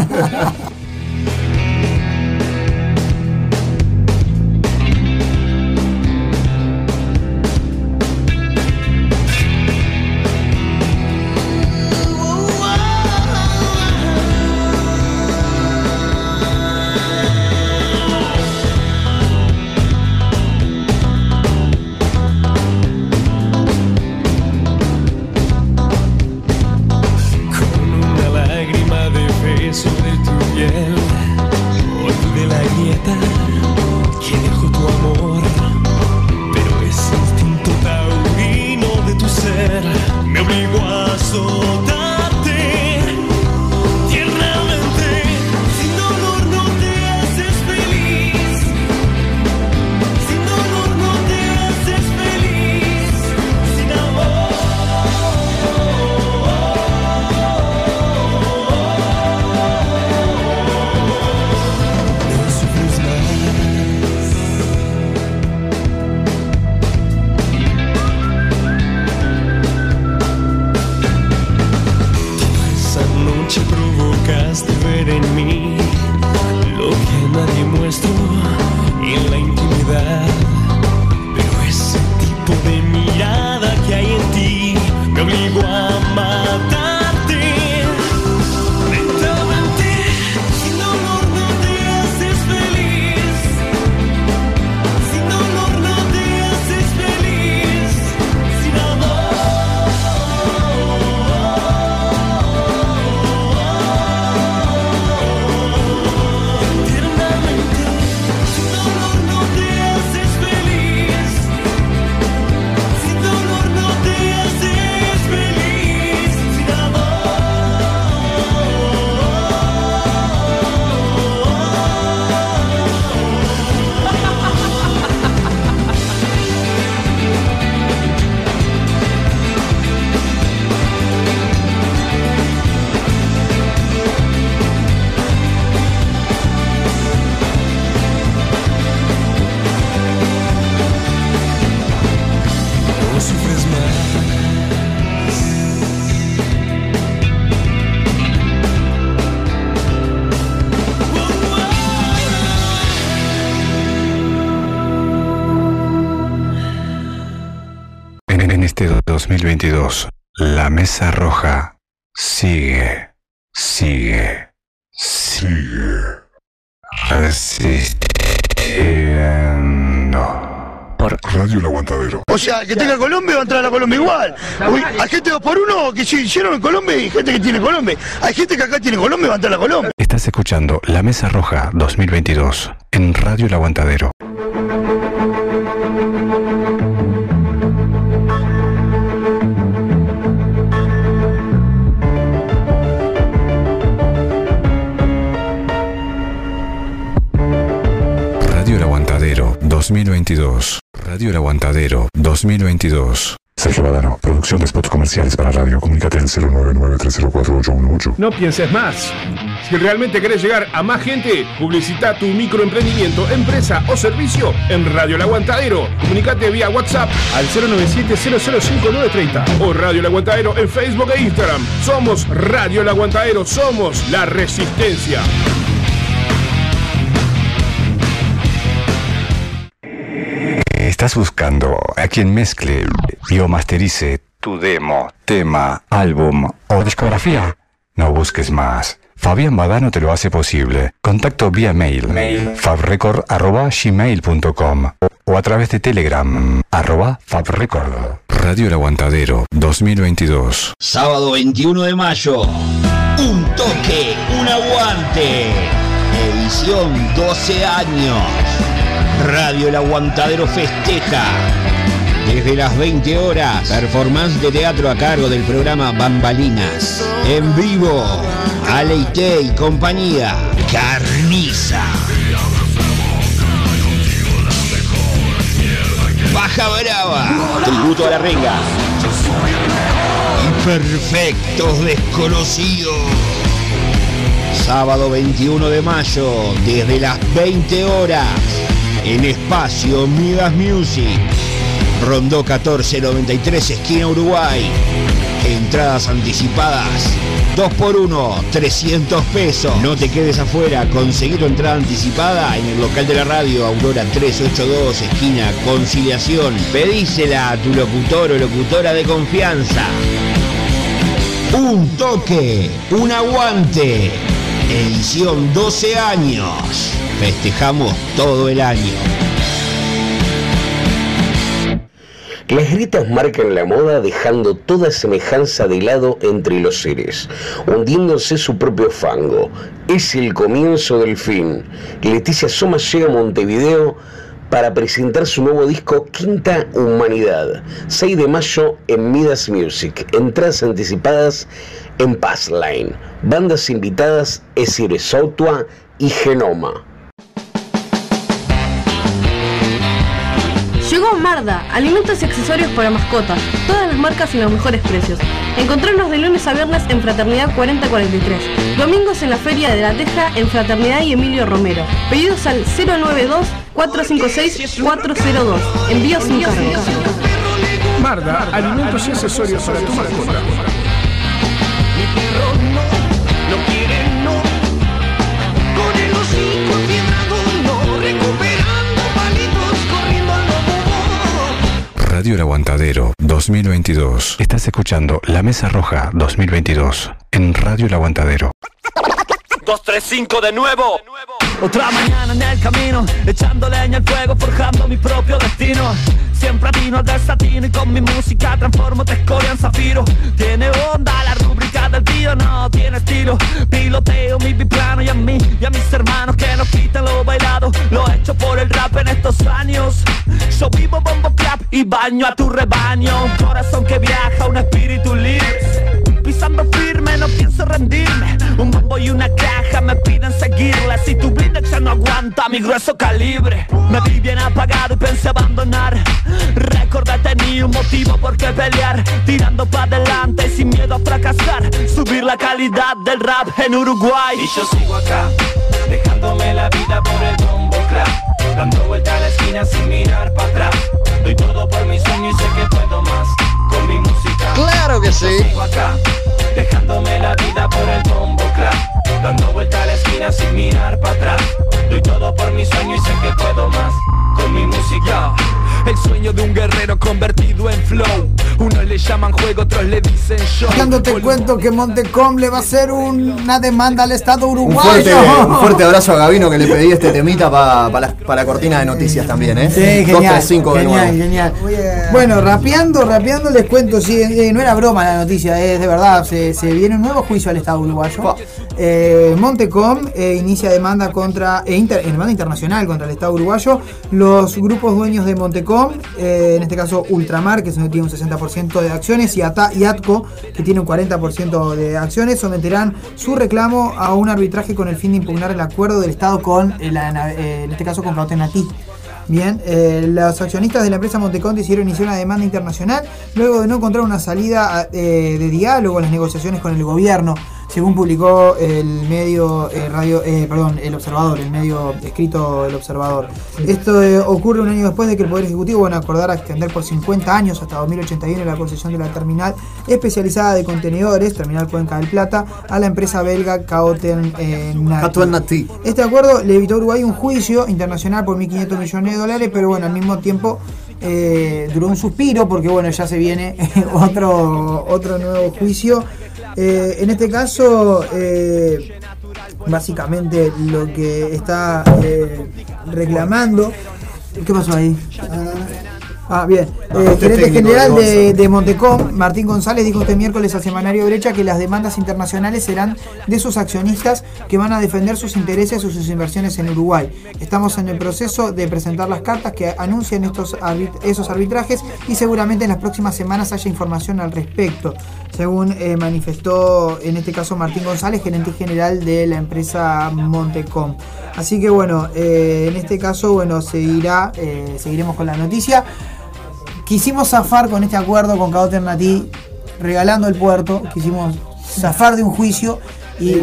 dos mil veintidós, La Mesa Roja sigue, sigue, sigue resistiendo. Por Radio El Aguantadero. O sea, que tenga Colombia va a entrar a la Colombia igual. Uy, hay gente dos por uno que sí hicieron en Colombia y gente que tiene Colombia. Hay gente que acá tiene Colombia y va a entrar a la Colombia. Estás escuchando La Mesa Roja dos mil veintidós en Radio El Aguantadero. Radio El Aguantadero dos mil veintidós. Radio El Aguantadero dos mil veintidós. Sergio Badano, producción de spots comerciales para radio. Comunícate al cero nueve nueve tres cero cuatro ocho uno ocho. No pienses más. Si realmente querés llegar a más gente, publicita tu microemprendimiento, empresa o servicio en Radio El Aguantadero. Comunicate vía WhatsApp al cero nueve siete cero cero cinco nueve tres cero o Radio El Aguantadero en Facebook e Instagram. Somos Radio El Aguantadero, somos la resistencia. ¿Estás buscando a quien mezcle y o masterice tu demo, tema, álbum o discografía? No busques más. Fabián Badano te lo hace posible. Contacto vía mail, mail fabrecord arroba gmail punto com o a través de Telegram, arroba fabrecord. Radio El Aguantadero dos mil veintidós. Sábado veintiuno de mayo. Un toque, un aguante. Edición doce años. Radio El Aguantadero festeja. Desde las veinte horas, performance de teatro a cargo del programa Bambalinas. En vivo, Aleite y compañía. Carniza. Baja Brava. Tributo a la Renga. Y Perfectos Desconocidos. Sábado veintiuno de mayo, desde las veinte horas, en Espacio Midas Music, Rondó catorce noventa y tres, esquina Uruguay. Entradas anticipadas dos por uno, trescientos pesos. No te quedes afuera, conseguí tu entrada anticipada en el local de la radio, Aurora trescientos ochenta y dos, esquina Conciliación. Pedísela a tu locutor o locutora de confianza. Un toque, un aguante. Edición doce años. Festejamos todo el año. Las grietas marcan la moda, dejando toda semejanza de lado entre los seres, hundiéndose su propio fango. Es el comienzo del fin. Leticia Soma llega a Montevideo para presentar su nuevo disco Quinta Humanidad. seis de mayo en Midas Music. Entradas anticipadas en Passline. Bandas invitadas Esire Sautua y Genoma. Llegó Marda, alimentos y accesorios para mascotas, todas las marcas y los mejores precios. Encontrarnos de lunes a viernes en Fraternidad cuarenta cuarenta y tres, domingos en la Feria de la Teja en Fraternidad y Emilio Romero. Pedidos al cero nueve dos, cuatro cinco seis, cuatro cero dos. Envíos sin cargo. Marda, alimentos y accesorios para tu mascota. Mi perro no, no quiere no, con el hocico fiebrado no, recuperando palitos, corriendo al lobo. Radio El Aguantadero dos mil veintidós. Estás escuchando La Mesa Roja dos mil veintidós en Radio El Aguantadero. dos tres cinco de nuevo. Otra mañana en el camino, echando leña al fuego, forjando mi propio destino. Siempre atino al desatino y con mi música transformo tu escoria en zafiro. Tiene onda la rúbrica del tío, no tiene estilo. Piloteo mi biplano y a mí y a mis hermanos que nos quitan lo bailado. Lo he hecho por el rap en estos años. Yo vivo bombo clap y baño a tu rebaño. Un corazón que viaja, un espíritu libre. Pisando firme, no pienso rendirme. Un bombo y una caja me piden seguirla. Si tu blindaje ya no aguanta mi grueso calibre. Me vi bien apagado y pensé abandonar. Recordé tenía un motivo por qué pelear. Tirando pa' adelante sin miedo a fracasar. Subir la calidad del rap en Uruguay. Y yo sigo acá, dejándome la vida por el bombo clap. Dando vuelta a la esquina sin mirar para atrás. Doy todo por mi sueño y sé que puedo más. Con mi música, claro que sí. Yo sigo acá, dejándome la vida por el bombo clap. Dando vuelta a la esquina sin mirar para atrás. Doy todo por mi sueño y sé que puedo más. Con mi música. El sueño de un guerrero convertido en flow. Unos le llaman juego, otros le dicen show. Cuando te cuento que Montecom le va a hacer una demanda al Estado uruguayo. Un fuerte, un fuerte abrazo a Gabino, que le pedí este temita para pa la, pa la cortina de noticias también, ¿eh? Sí, genial, dos tres cinco de genial, nuevo. genial. Bueno, rapeando, rapeando les cuento, sí, eh, no era broma la noticia, es de verdad, se, se viene un nuevo juicio al Estado uruguayo. Eh, Montecom eh, inicia demanda contra eh, inter, demanda internacional contra el Estado uruguayo. Los grupos dueños de Montecom, eh, en este caso Ultramar, que tiene un sesenta por ciento de acciones, y ATA y ATCO, que tiene un cuarenta por ciento de acciones, someterán su reclamo a un arbitraje con el fin de impugnar el acuerdo del Estado con, eh, la, eh, en este caso, con Cautenatí. Bien, eh, los accionistas de la empresa Montecom decidieron iniciar una demanda internacional luego de no encontrar una salida eh, de diálogo en las negociaciones con el gobierno, según publicó el medio eh, radio, eh, perdón, El Observador, el medio escrito El Observador. Esto eh, ocurre un año después de que el Poder Ejecutivo van a acordar a extender por cincuenta años hasta dos mil ochenta y uno la concesión de la terminal especializada de contenedores, Terminal Cuenca del Plata, a la empresa belga Cautenatí. Este acuerdo le evitó a Uruguay un juicio internacional por mil quinientos millones de dólares, pero bueno, al mismo tiempo eh, duró un suspiro porque bueno, ya se viene otro, otro nuevo juicio. Eh, en este caso, eh, básicamente lo que está eh, reclamando. ¿Qué pasó ahí? Ah, bien. Eh, gerente general de, de Montecom, Martín González, dijo este miércoles al semanario Brecha que las demandas internacionales serán de sus accionistas que van a defender sus intereses o sus inversiones en Uruguay. Estamos en el proceso de presentar las cartas que anuncian estos arbit esos arbitrajes y seguramente en las próximas semanas haya información al respecto, según eh, manifestó en este caso Martín González, gerente general de la empresa Montecom. Así que bueno, eh, en este caso bueno seguirá, eh, seguiremos con la noticia. Quisimos zafar con este acuerdo con Cautenatí, regalando el puerto, quisimos zafar de un juicio y bueno,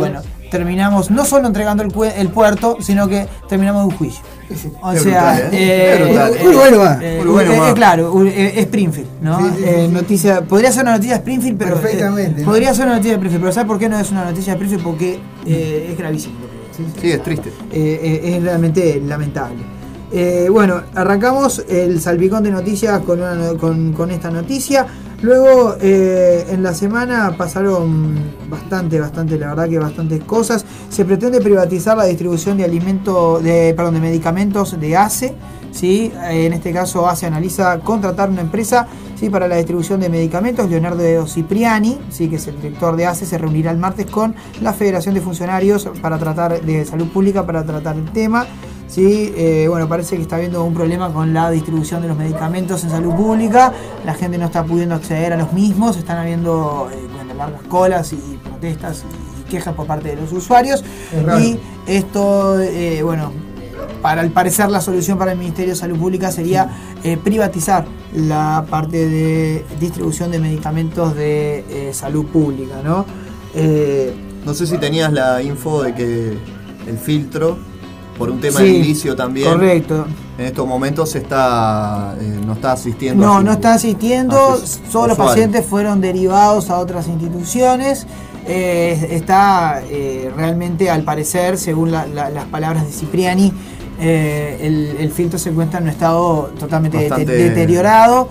terminamos no solo entregando el, cue- el puerto, sino que terminamos un juicio. O Es sea, brutal, ¿eh? eh, Es brutal. eh, Muy bueno va. eh, Muy bueno eh, va. claro, un- eh, Springfield, ¿no? Sí, sí, sí, Eh, sí. noticia, podría ser una noticia de Springfield, pero Perfectamente, eh, ¿no? podría ser una noticia de Springfield, pero ¿sabes por qué no es una noticia de Springfield? Porque eh, es gravísimo. Sí, es triste. Eh, eh, es realmente lamentable. Eh, bueno, arrancamos el salpicón de noticias con, una- con, con esta noticia. Luego, eh, en la semana pasaron bastante, bastante, la verdad que bastantes cosas. Se pretende privatizar la distribución de alimentos, de, perdón, de medicamentos de A C E. ¿Sí? En este caso, A C E analiza contratar una empresa, ¿sí?, para la distribución de medicamentos. Leonardo Cipriani, ¿sí?, que es el director de A C E, se reunirá el martes con la Federación de Funcionarios para tratar de Salud Pública para tratar el tema. Sí, eh, bueno, parece que está habiendo un problema con la distribución de los medicamentos en salud pública. La gente no está pudiendo acceder a los mismos. Están habiendo eh, bueno, largas colas y protestas y quejas por parte de los usuarios. Y esto, eh, bueno, para al parecer la solución para el Ministerio de Salud Pública sería eh, privatizar la parte de distribución de medicamentos de eh, salud pública, ¿no? Eh, No sé si tenías la info de que el filtro, por un tema Sí, edilicio también, correcto. en estos momentos está eh, no está asistiendo. No, a su- no está asistiendo, a sus todos los usuarios. pacientes fueron derivados a otras instituciones. Eh, está eh, realmente, al parecer, según la- la- las palabras de Cipriani, eh, el, el filtro se encuentra en un estado totalmente de- Bastante- deteriorado.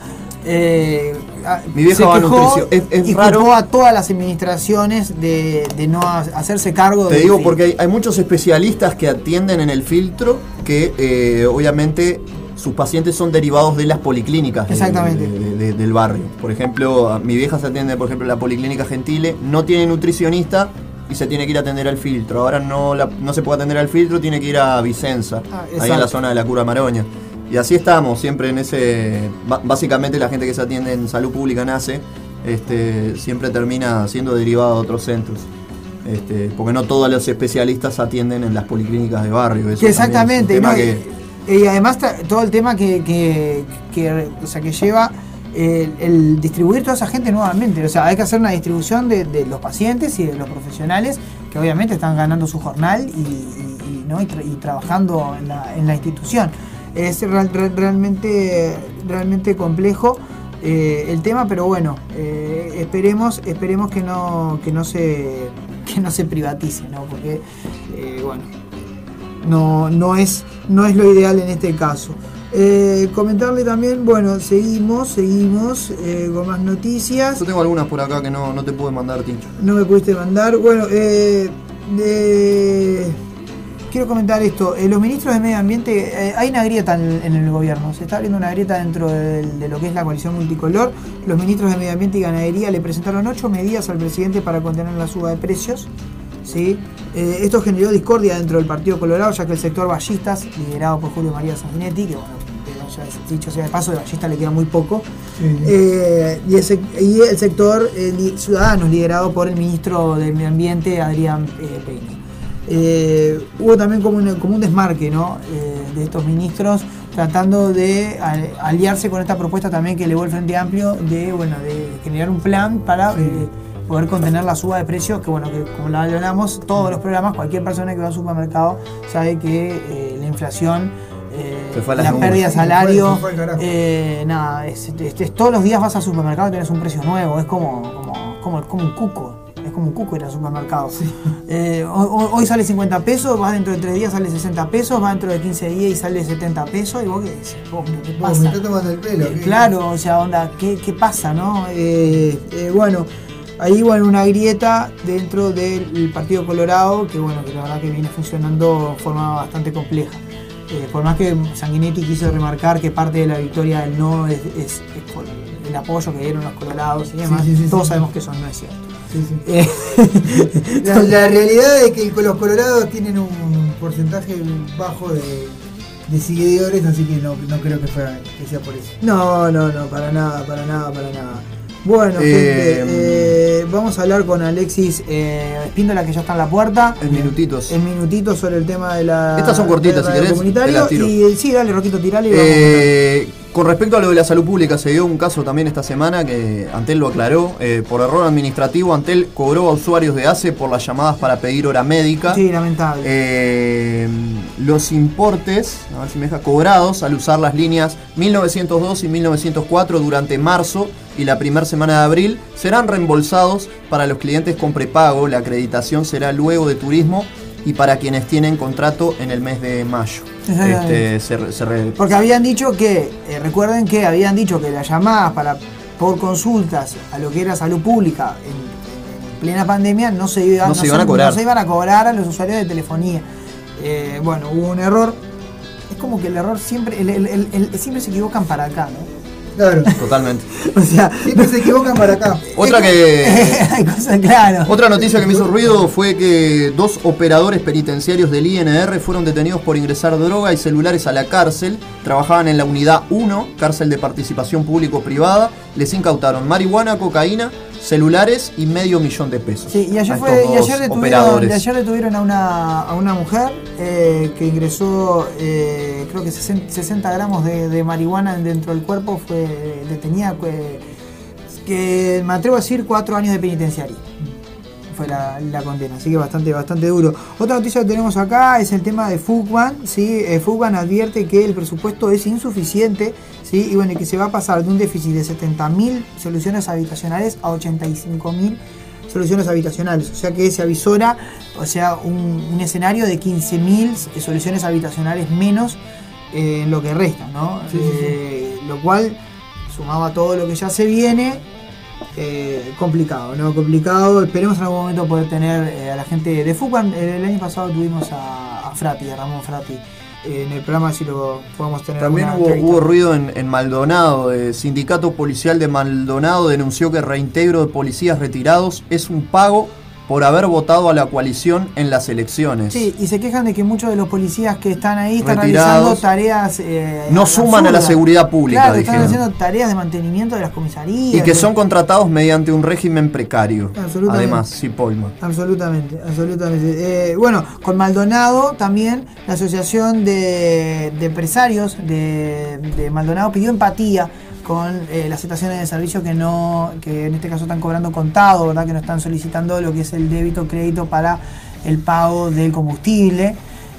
Eh, a- Mi vieja se va a quejó nutrición. Es- es y raro. culpó a todas las administraciones de, de no ha- hacerse cargo Te del digo filtro. porque hay, hay muchos especialistas que atienden en el filtro que eh, obviamente sus pacientes son derivados de las policlínicas de- Exactamente. de- de- de- del barrio. Por ejemplo, a- mi vieja se atiende, por ejemplo, en la Policlínica Gentile, no tiene nutricionista y se tiene que ir a atender al filtro. Ahora no, la- no se puede atender al filtro, tiene que ir a Vicenza, Ah, ahí en la exacto. zona de la Cura Maroña. Y así estamos, siempre en ese... ba- Básicamente la gente que se atiende en salud pública nace, este, siempre termina siendo derivada de otros centros. Este, porque no todos los especialistas atienden en las policlínicas de barrio. Eso Que también es un exactamente, tema ¿no? que- y, y además tra- todo el tema que, que, que, o sea, que lleva el, el distribuir toda esa gente nuevamente. O sea, hay que hacer una distribución de, de los pacientes y de los profesionales que obviamente están ganando su jornal y, y- y, ¿no? y, tra- y trabajando en la, en la institución. Es real- re- realmente, realmente complejo eh, el tema, pero bueno, eh, esperemos, esperemos que no, que no se, que no se privatice, ¿no? Porque eh, bueno, no, no, es, no es lo ideal en este caso. Eh, comentarle también, bueno, seguimos, seguimos eh, con más noticias. Yo tengo algunas por acá que no, no te pude mandar, Tincho. No me pudiste mandar. Bueno, eh, de- quiero comentar esto. Eh, los ministros de Medio Ambiente, eh, hay una grieta en, en el gobierno. Se está abriendo una grieta dentro del- de, lo que es la coalición multicolor. Los ministros de Medio Ambiente y Ganadería le presentaron ocho medidas al presidente para contener la suba de precios. ¿Sí? Eh, esto generó discordia dentro del Partido Colorado, ya que el sector Ballistas, liderado por Julio María Sanguinetti, que bueno, que ya dicho sea de paso, de Ballista le queda muy poco, eh, y, el, sec- y el sector eh, li- Ciudadanos, liderado por el ministro del Medio Ambiente, Adrián eh, Peña. Eh, hubo también como un, como un desmarque, ¿no? eh, de estos ministros tratando de al- aliarse con esta propuesta también que elevó el Frente Amplio de, bueno, de generar un plan para eh, poder contener la suba de precios, que bueno, que como la hablamos, todos los programas, cualquier persona que va al supermercado sabe que eh, la inflación, eh, Se fue a las la nubes. pérdida de Sí, se fue- salario, se fue al carajo. eh, nada, es- es- es- todos los días vas al supermercado y tenés un precio nuevo, es como, como, como, como un cuco. Es como un cuco ir al supermercado. Eh, hoy, hoy sale cincuenta pesos, vas dentro de tres días sale sesenta pesos, vas dentro de quince días y sale setenta pesos. Y vos qué decís, vos, ¿qué Vos, pasa? me está tomando el pelo. Eh, ¿qué? claro, o sea, onda, ¿qué, qué pasa, no? Eh, eh, bueno, ahí bueno, una grieta dentro del Partido Colorado que bueno, que la verdad que viene funcionando de forma bastante compleja. Eh, por más que Sanguinetti quiso remarcar que parte de la victoria del no es, es- es por el apoyo que dieron los colorados y demás, Sí, sí, sí, todos sí. sabemos que eso no es cierto. Sí, sí. Eh, La, la realidad es que los colorados tienen un porcentaje bajo de, de seguidores, así que no, no creo que, fuera, que sea por eso. No, no, no, para nada, para nada, para nada. Bueno, Eh, gente, eh, vamos a hablar con Alexis eh, Espíndola, que ya está en la puerta. En minutitos. En minutitos sobre el tema de la. Estas son cortitas, del si querés, comunitario. te las tiro. Y sí, dale, Roquito, tirale. Y vamos a Eh, Con respecto a lo de la salud pública, se dio un caso también esta semana que Antel lo aclaró. Eh, por error administrativo, Antel cobró a usuarios de A C E por las llamadas para pedir hora médica. Sí, lamentable. Eh, los importes, a ver si me deja, cobrados al usar las líneas mil novecientos dos y mil novecientos cuatro durante marzo y la primera semana de abril serán reembolsados para los clientes con prepago. La acreditación será luego de turismo y para quienes tienen contrato en el mes de mayo. Este, se, se re... Porque habían dicho que, eh, recuerden que habían dicho que las llamadas para por consultas a lo que era salud pública en, en plena pandemia no se iban, no no se iban se, a cobrar. no se iban a cobrar a los usuarios de telefonía. Eh, bueno, hubo un error. Es como que el error siempre, el, el, el, el, siempre se equivocan para acá, ¿no? Claro. Totalmente. O sea, siempre se equivocan para acá. Otra que. Hay cosas, claro. Otra noticia que me hizo ruido fue que dos operadores penitenciarios del I N R fueron detenidos por ingresar droga y celulares a la cárcel. Trabajaban en la unidad uno, cárcel de participación público-privada. Les incautaron marihuana, cocaína, celulares y medio millón de pesos. Sí, y ayer, fue, y ayer, detuvieron, y ayer detuvieron a una, a una mujer eh, que ingresó, eh, creo que sesenta gramos de, de marihuana dentro del cuerpo, fue detenida, que, que me atrevo a decir cuatro años de penitenciario. Fue la, la condena, así que bastante, bastante duro. Otra noticia que tenemos acá es el tema de Fugban, ¿sí? Eh, Fugban advierte que el presupuesto es insuficiente, ¿sí? Y bueno, que se va a pasar de un déficit de setenta mil soluciones habitacionales a ochenta y cinco mil soluciones habitacionales. O sea que se avisora, o sea, un, un escenario de quince mil soluciones habitacionales menos eh, en lo que resta, ¿no? Sí, eh, sí, sí. Lo cual, sumado a todo lo que ya se viene, Eh, complicado, ¿no? Complicado. Esperemos en algún momento poder tener eh, a la gente de Fugban. El año pasado tuvimos a, a Frati, a Ramón Frati, eh, en el programa, si lo podemos tener. También hubo, hubo ruido en, en Maldonado. El sindicato policial de Maldonado denunció que el reintegro de policías retirados es un pago por haber votado a la coalición en las elecciones. Sí, y se quejan de que muchos de los policías que están ahí están retirados, realizando tareas eh, no suman absurdas. a la seguridad pública, claro, dijeron. están haciendo tareas de mantenimiento de las comisarías. Y que son contratados mediante un régimen precario. Absolutamente. Además, sí, Polma. Absolutamente, absolutamente. Eh, bueno, con Maldonado también la Asociación de, de Empresarios de, de Maldonado pidió empatía con eh, las estaciones de servicio que no, que en este caso están cobrando contado, ¿verdad? Que no están solicitando lo que es el débito crédito para el pago del combustible.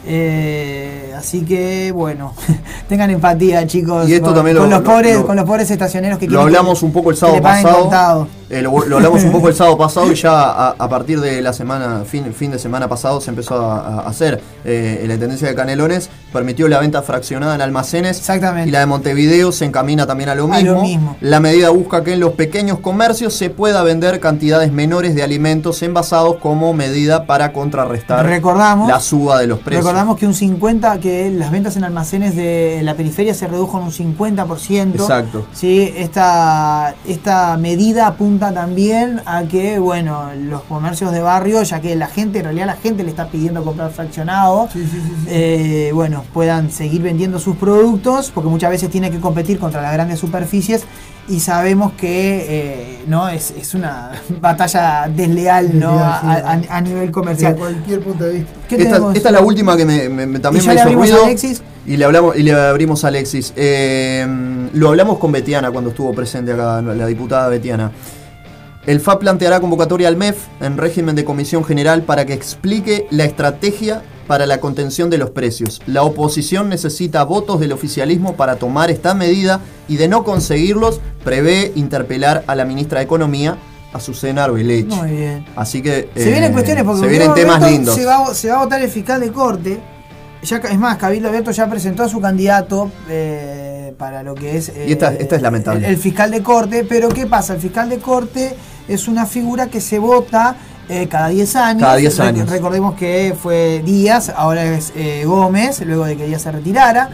Eh, así que bueno, tengan empatía, chicos, y esto con, también lo, con los lo, pobres, lo, con los pobres estacioneros que lo hablamos que, un poco el sábado pasado. Eh, lo, lo hablamos un poco el sábado pasado y ya a, a partir de la semana, fin, fin de semana pasado se empezó a, a hacer. Eh, la Intendencia de Canelones permitió la venta fraccionada en almacenes. Exactamente. Y la de Montevideo se encamina también a lo, a mismo. lo mismo. La medida busca que en los pequeños comercios se pueda vender cantidades menores de alimentos envasados como medida para contrarrestar recordamos, la suba de los precios. Recordamos que un cincuenta, que las ventas en almacenes de la periferia se redujo en un cincuenta por ciento. Exacto. Sí, esta, esta medida apunta también a que, bueno, los comercios de barrio, ya que la gente, en realidad la gente le está pidiendo comprar fraccionado, sí, sí, sí, sí. Eh, bueno, puedan seguir vendiendo sus productos, porque muchas veces tiene que competir contra las grandes superficies y sabemos que eh, no es, es una batalla desleal, desleal, ¿no? Sí, a, a, a nivel comercial. De cualquier punto de vista. Esta, esta es la última que me, me, me también ¿Y me hizo ruido. A Alexis? Y le hablamos y le abrimos a Alexis. Eh, lo hablamos con Betiana cuando estuvo presente acá, la diputada Betiana. El F A planteará convocatoria al M E F en régimen de comisión general para que explique la estrategia para la contención de los precios. La oposición necesita votos del oficialismo para tomar esta medida y de no conseguirlos, prevé interpelar a la ministra de Economía, Azucena Arbelech. Muy bien. Así que se eh, vienen cuestiones porque se vienen temas lindos. Se va, se va a votar el fiscal de corte. Ya, es más, Cabildo Abierto ya presentó a su candidato eh, para lo que es eh, y esta, esta es lamentable. El, el fiscal de corte. Pero ¿qué pasa? El fiscal de corte es una figura que se vota eh, cada diez años. Cada diez años. Recordemos que fue Díaz, ahora es eh, Gómez, luego de que Díaz se retirara.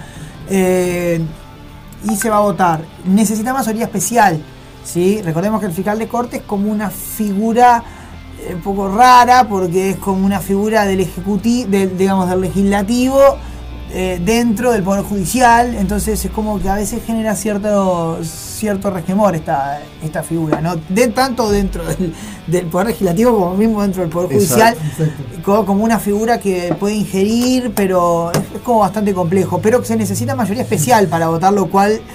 Eh, y se va a votar. Necesita mayoría especial. ¿Sí? Recordemos que el fiscal de corte es como una figura un poco rara, porque es como una figura del ejecutivo, del, digamos, del legislativo eh, dentro del poder judicial. Entonces es como que a veces genera cierto cierto resquemor esta, esta figura, ¿no? De tanto dentro del, del poder legislativo como mismo dentro del poder judicial. Exacto. Como, como una figura que puede ingerir, pero es, es como bastante complejo. Pero que se necesita mayoría especial para votar, lo cual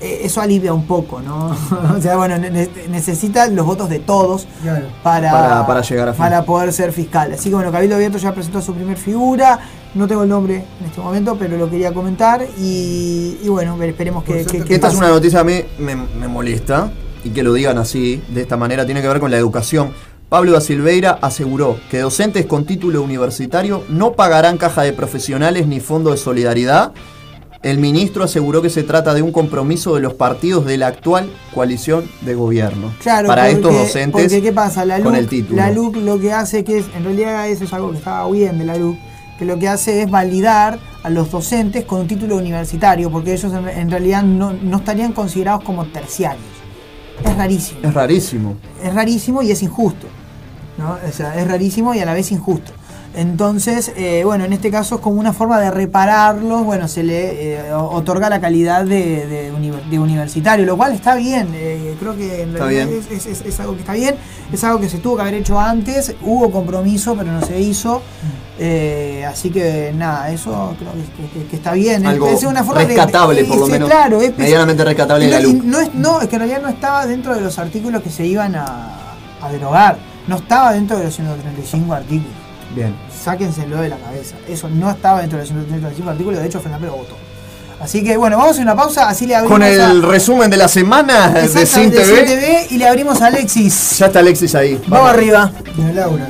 eh, eso alivia un poco, ¿no? O sea, bueno, ne necesita los votos de todos claro. para, para, para llegar a fin. para poder ser fiscal. Así que bueno, Cabildo Abierto ya presentó su primer figura. No tengo el nombre en este momento, pero lo quería comentar. Y, y bueno, esperemos que, que, que Esta pase. es una noticia a mí me, me molesta, y que lo digan así, de esta manera, tiene que ver con la educación. Pablo da Silveira aseguró que docentes con título universitario no pagarán caja de profesionales ni fondo de solidaridad. El ministro aseguró que se trata de un compromiso de los partidos de la actual coalición de gobierno. Claro, para porque, estos docentes porque ¿qué pasa? La con LUC, el título. La LUC lo que hace, que es, en realidad eso es algo que estaba bien de la LUC, que lo que hace es validar a los docentes con un título universitario, porque ellos en, en realidad no, no estarían considerados como terciarios. Es rarísimo. Es rarísimo. Es rarísimo y es injusto, ¿no? O sea, es rarísimo y a la vez injusto. Entonces, eh, bueno, en este caso es como una forma de repararlos, bueno, se le eh, otorga la calidad de, de, uni de universitario, lo cual está bien, eh, creo que en está realidad bien. Es, es, es algo que está bien, es algo que se tuvo que haber hecho antes, hubo compromiso pero no se hizo, eh, así que nada, eso creo que, que, que está bien. Algo es una forma rescatable, de, por lo es, menos, claro, es, medianamente rescatable de la no, LUC. no, es, no, es que en realidad no estaba dentro de los artículos que se iban a, a derogar, no estaba dentro de los ciento treinta y cinco artículos. Bien. Sáquenselo de la cabeza. Eso no estaba dentro de los ciento treinta y cinco artículos, de hecho Fernando lo votó. Así que bueno, vamos a hacer una pausa, así le abrimos con el a... resumen de la semana de Sin T V. T V y le abrimos a Alexis. Ya está Alexis ahí. Vamos, vamos arriba. Tiene Laura.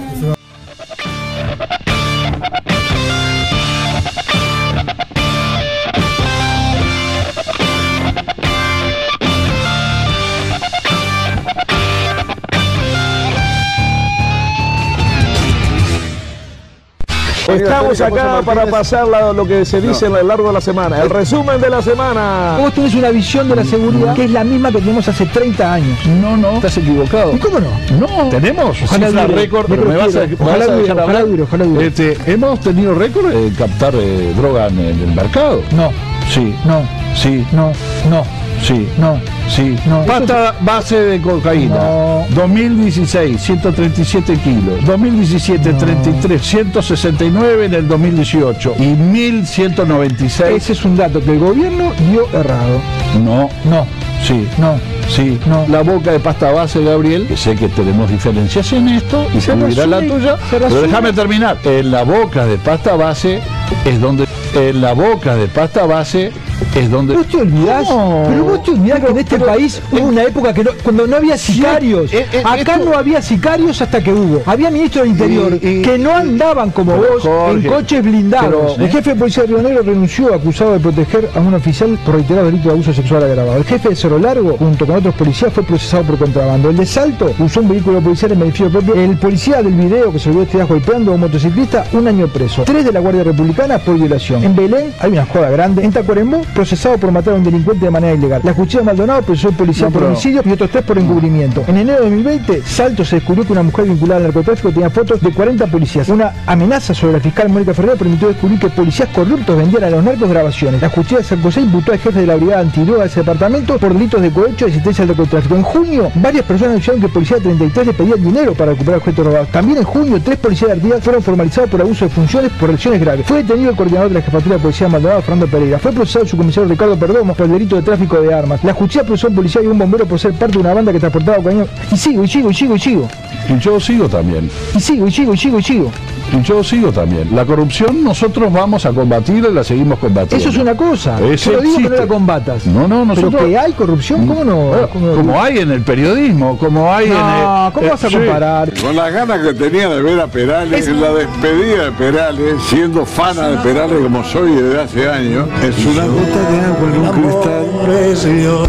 Estamos acá para pasar la, lo que se dice no. a lo largo de la semana, el resumen de la semana. Vos tenés una visión de la seguridad que es la misma que tenemos hace treinta años. No, no, estás equivocado. ¿Y cómo no? No. ¿Tenemos? Ojalá cifra dure, récord, pero me vas a, me ojalá vas a dure, dejar ojalá dure, ojalá dure. Este, ¿Hemos tenido récord en captar eh, droga en, en el mercado? No. Sí. No. Sí. No. No. Sí. No. Sí. No. Pasta base de cocaína. No. dos mil dieciséis, ciento treinta y siete kilos. dos mil diecisiete, no. treinta y tres, ciento sesenta y nueve en el dos mil dieciocho. Y mil ciento noventa y seis. Ese es un dato que el gobierno dio errado. No. No. Sí. No. Sí, no. La boca de pasta base, Gabriel, que sé que tenemos diferencias en esto, y se me dirá la tuya, pero déjame terminar. En la boca de pasta base es donde... En la boca de pasta base es donde... ¿Vos te olvidás? No. Pero vos te olvidás pero, que en este pero, país hubo eh, una época que no, cuando no había sicarios. Sí, eh, eh, Acá esto... no había sicarios hasta que hubo. Había ministros del Interior y, y, que no andaban como vos Jorge, en coches blindados. Pero, el jefe de policía de Río Negro renunció acusado de proteger a un oficial por reiterado delito de abuso sexual agravado. El jefe de Cerro Largo, junto con otros policías, fue procesado por contrabando. El de Salto usó un vehículo policial en beneficio propio. El policía del video que se vio este día golpeando a un motociclista, un año preso. Tres de la Guardia Republicana por violación. En Belén hay una joda grande. En Tacuarembó, procesado por matar a un delincuente de manera ilegal. La justicia de Maldonado procesó al policía no, por homicidio y otros tres por encubrimiento. En enero de dos mil veinte, Salto se descubrió que una mujer vinculada al narcotráfico tenía fotos de cuarenta policías. Una amenaza sobre la fiscal Mónica Ferrer permitió descubrir que policías corruptos vendían a los narcos grabaciones. La justicia de San José imputó al jefe de la brigada antidroga de ese departamento por delitos de cohecho y asistencia al narcotráfico. En junio, varias personas anunciaron que el policía de treinta y tres le pedía dinero para recuperar objetos robados. También en junio, tres policías de Artigas fueron formalizados por abuso de funciones por lesiones graves. Fue detenido el coordinador de la jefatura de policía de Maldonado, Fernando Pereira. Fue procesado su comisario Ricardo Perdomo por el delito de tráfico de armas. La justicia procesó a un policía y un bombero por ser parte de una banda que transportaba cocaína. Y sigo, y sigo, y sigo, y sigo. Y yo sigo también. Y sigo, y sigo, y sigo, y sigo. Y yo sigo también. La corrupción nosotros vamos a combatir y la seguimos combatiendo. Eso es una cosa. Eso yo digo existe. que no la combatas. No, no, nosotros... Pero que hay corrupción, ¿cómo no? Bueno, ¿Cómo, como hay en el periodismo, como hay no, en el... ¿cómo eh, vas a sí. comparar? Con las ganas que tenía de ver a Perales, es... la despedida de Perales, siendo fana de Perales como soy desde hace años, es una gota de agua en un cristal.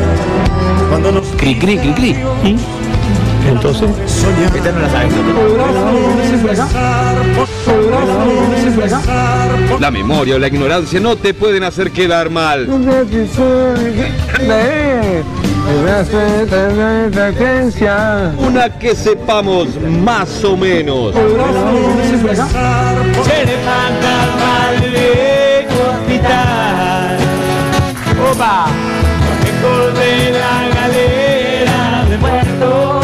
Cri, cri, cri, cri. ¿Y? Entonces, esta no la sabes. La memoria o la ignorancia no te pueden hacer quedar mal. Una que sepamos más o menos. Se levanta mal de hospital. Opa, mejor de la galera de muertos.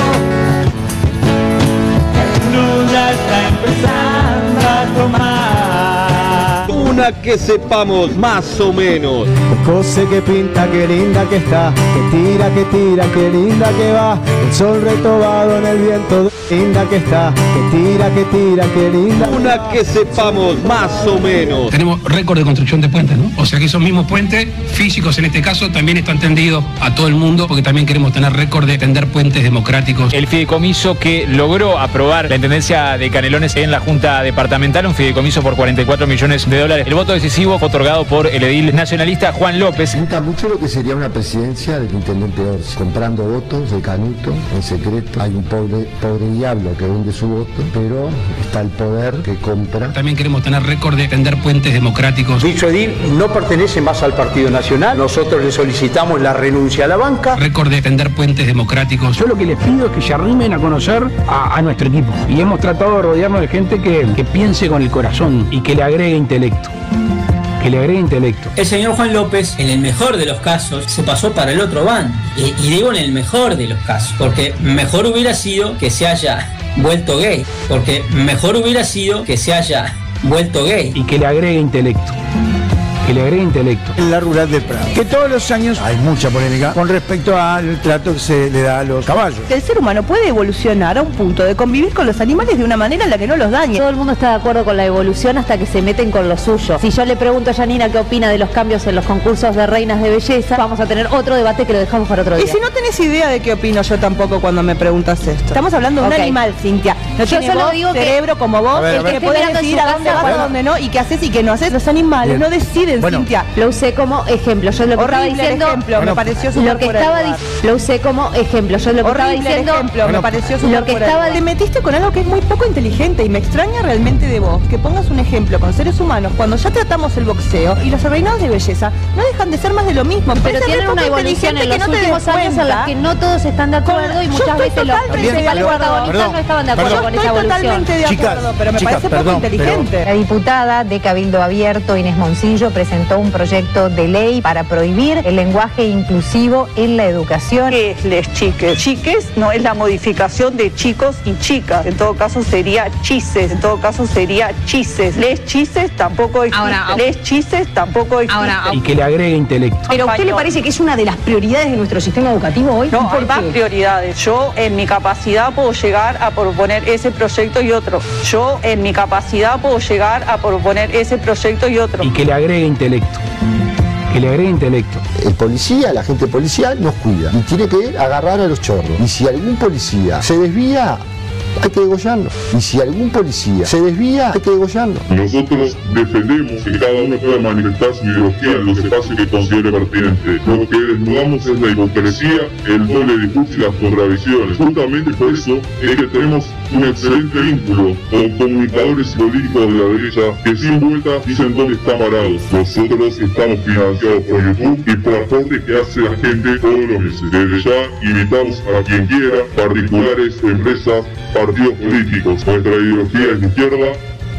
Ya está empezando a tomar. Una Una que sepamos más o menos. Cose que pinta, qué linda que está, que tira, que tira, qué linda que va, el sol retobado en el viento, linda que está, que tira, que tira, qué linda. Una que sepamos más o menos. Tenemos récord de construcción de puentes, ¿no? O sea que esos mismos puentes, físicos en este caso, también están tendidos a todo el mundo, porque también queremos tener récord de tender puentes democráticos. El fideicomiso que logró aprobar la intendencia de Canelones en la Junta Departamental, un fideicomiso por cuarenta y cuatro millones de dólares. El voto decisivo fue otorgado por el edil nacionalista Juan López. Me gusta mucho lo que sería una presidencia del intendente Orsi, comprando votos de Canuto en secreto. Hay un pobre, pobre diablo que vende su voto, pero está el poder que compra. También queremos tener récord de tender puentes democráticos. Dicho edil no pertenece más al Partido Nacional. Nosotros le solicitamos la renuncia a la banca. Récord de tender puentes democráticos. Yo lo que les pido es que se arrimen a conocer a, a nuestro equipo. Y hemos tratado de rodearnos de gente que, que piense con el corazón y que le agregue intelecto. Que le agregue intelecto. El señor Juan López, en el mejor de los casos, se pasó para el otro bando. Y, y digo en el mejor de los casos, porque mejor hubiera sido que se haya vuelto gay. Porque mejor hubiera sido que se haya vuelto gay. Y que le agregue intelecto. Que le agregue intelecto. En la rural de Prado, que todos los años hay mucha polémica con respecto al trato que se le da a los caballos. El ser humano puede evolucionar a un punto de convivir con los animales de una manera en la que no los dañe. Todo el mundo está de acuerdo con la evolución hasta que se meten con lo suyo. Si yo le pregunto a Janina qué opina de los cambios en los concursos de reinas de belleza, vamos a tener otro debate que lo dejamos para otro día. Y si no tenés idea de qué opino yo tampoco cuando me preguntas esto. Estamos hablando de un Okay. animal, Cintia. No Yo tiene solo voz, digo que- cerebro como vos, A ver, a el ver. que Estoy podés mirando decir en su a dónde casa, vas, a bueno. dónde no, y qué haces y qué no haces. Los animales Bien. no deciden, Bueno. Cintia. Lo usé como ejemplo. Yo lo que estaba Horrible el diciendo. ejemplo, me pareció súper Lo que fuera de estaba lugar. dic- Lo usé como ejemplo. Yo lo que estaba Horrible el diciendo. ejemplo, me pareció súper Lo que fuera de estaba lugar. Te metiste con algo que es muy poco inteligente y me extraña realmente de vos que pongas un ejemplo con seres humanos cuando ya tratamos el boxeo y los reinados de belleza no dejan de ser más de lo mismo. Me Pero parece tienen re una poco evolución en inteligente los que no te últimos des años en cuenta. las que no todos están de acuerdo y Yo muchas estoy veces los totalmente principales de acuerdo. protagonistas no estaban de acuerdo Yo con estoy esa evolución. totalmente de acuerdo, pero me parece poco inteligente. La diputada de Cabildo Abierto, Inés Moncillo, presentó un proyecto de ley para prohibir el lenguaje inclusivo en la educación. ¿Qué es les chiques? Chiques no es la modificación de chicos y chicas. En todo caso sería chises. En todo caso sería chises. Les chises tampoco existe. Ahora, les chises tampoco existe. Y que le agregue intelecto. ¿Pero a usted le parece que es una de las prioridades de nuestro sistema educativo hoy? No, hay más prioridades. Yo en mi capacidad puedo llegar a proponer ese proyecto y otro. Yo en mi capacidad puedo llegar a proponer ese proyecto y otro. Y que le agregue intelecto. Que le agregue intelecto. El policía, la gente policial nos cuida y tiene que agarrar a los chorros. Y si algún policía se desvía, hay que degollarlo. Y si algún policía se desvía, hay que degollarlo. Nosotros defendemos que cada uno pueda manifestar su ideología en los espacios que considere pertinente. Lo que desnudamos es la hipocresía, el doble discurso y las contradicciones. Justamente por eso es que tenemos un excelente vínculo con comunicadores y políticos de la derecha que sin vuelta dicen dónde están parados. Nosotros estamos financiados por YouTube y por aportes que hace la gente todos los meses. Desde ya invitamos a quien quiera, particulares, empresas, partidos políticos. Nuestra ideología es de izquierda,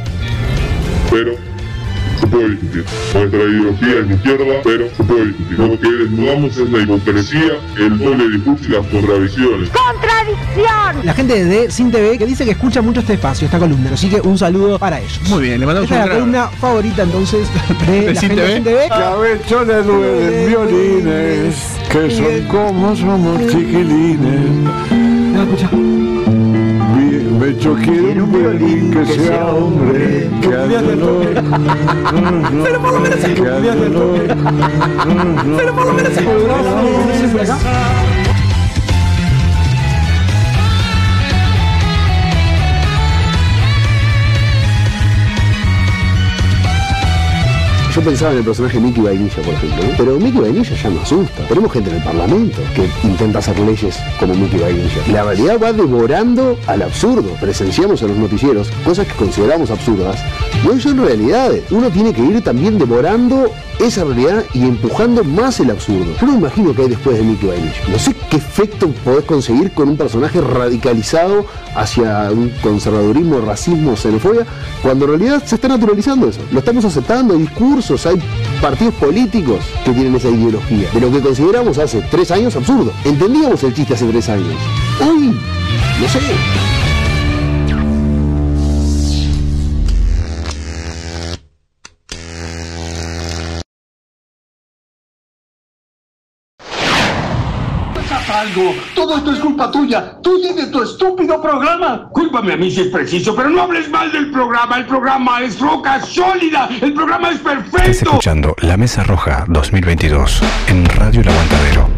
pero se puede discutir. Nuestra ideología es de izquierda, pero se puede discutir. Lo que desnudamos es la hipocresía, el doble discurso y las contradicciones. ¡Contradicción! La gente de Sin T V que dice que escucha mucho este espacio, esta columna, así que un saludo para ellos. Muy bien, le mandamos Esta un es la gran columna favorita entonces de, ¿De la Sin gente de T V? Sin T V. Cabezones duelen violines, que son como somos chiquilines. No, escucha. Yo quiero un violín que sea hombre, que haga dolor. Pero por lo menos se Que haga dolor. Pero por lo menos se Yo pensaba en el personaje Mickey Vainilla, por ejemplo, ¿no? Pero Mickey Vainilla ya no asusta. Tenemos gente en el Parlamento que intenta hacer leyes como Mickey Vainilla. La realidad va devorando al absurdo. Presenciamos en los noticieros cosas que consideramos absurdas y hoy son realidades. Uno tiene que ir también devorando esa realidad y empujando más el absurdo. Yo no me imagino qué hay después de Mickey Vainilla. No sé qué efecto podés conseguir con un personaje radicalizado hacia un conservadurismo, racismo, xenofobia, cuando en realidad se está naturalizando eso. Lo estamos aceptando, hay discursos, hay partidos políticos que tienen esa ideología. De lo que consideramos hace tres años absurdo. Entendíamos el chiste hace tres años. Hoy, no sé. haz algo. Todo esto es culpa tuya. Tú y de tu estúpido programa. Cúlpame a mí si es preciso, pero no hables mal del programa. El programa es roca sólida. El programa es perfecto. Estás escuchando La Mesa Roja dos mil veintidós en Radio El Aguantadero.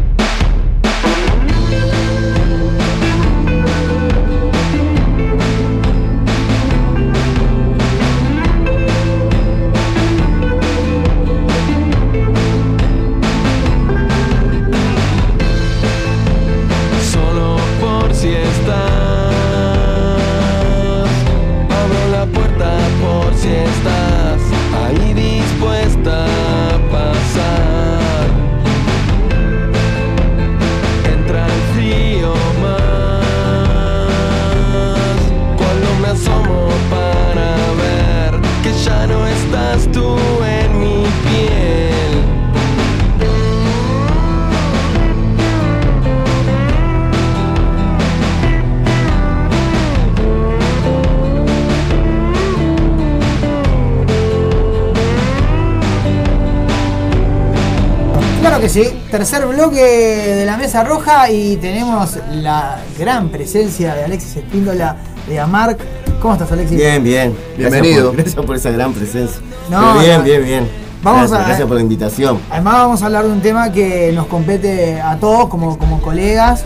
Que sí, tercer bloque de La Mesa Roja y tenemos la gran presencia de Alexis Espíndola de AMARC. ¿Cómo estás, Alexis? Bien, bien. Bienvenido. Gracias por, gracias por esa gran presencia. No, Pero bien, no. bien, bien. Vamos gracias, a, gracias por la invitación. Además vamos a hablar de un tema que nos compete a todos como, como colegas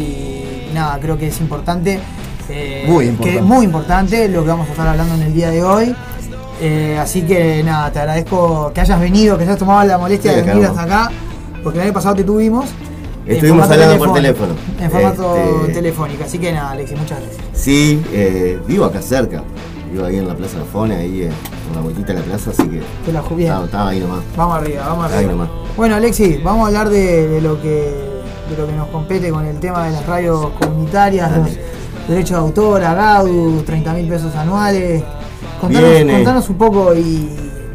y nada, creo que es importante. Eh, muy importante. Que, muy importante lo que vamos a estar hablando en el día de hoy. Eh, así que nada, te agradezco que hayas venido, que hayas tomado la molestia sí, de venir hasta acá. Porque el año pasado te tuvimos. Estuvimos hablando por teléfono. En formato este... telefónico. Así que nada, Alexis, muchas gracias. Sí, eh, vivo acá cerca. Vivo ahí en la Plaza de Fone, ahí eh, con la vueltita de la plaza, así que. Te la jugué. Estaba, estaba ahí nomás. Vamos arriba, vamos arriba. Ahí nomás. Bueno, Alexis, vamos a hablar de, de lo que de lo que nos compete con el tema de las radios comunitarias, los derechos de autor, AGADU, treinta mil pesos anuales. Contanos, contanos un poco y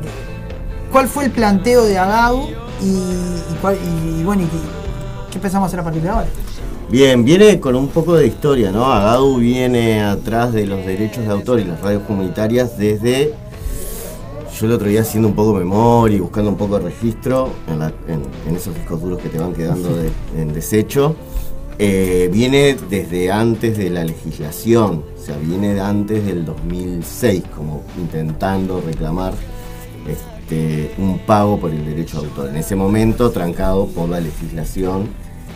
cuál fue el planteo de AGADU. Y, y, cuál, y, y bueno, y, ¿qué empezamos a hacer a partir de ahora? Bien, viene con un poco de historia, ¿no? AGADU viene atrás de los derechos de autor y las radios comunitarias desde... Yo el otro día haciendo un poco memoria y buscando un poco de registro en, la, en, en esos discos duros que te van quedando de, en desecho, eh, viene desde antes de la legislación, o sea, viene de antes del dos mil seis, como intentando reclamar... Este, un pago por el derecho de autor. En ese momento trancado por la legislación,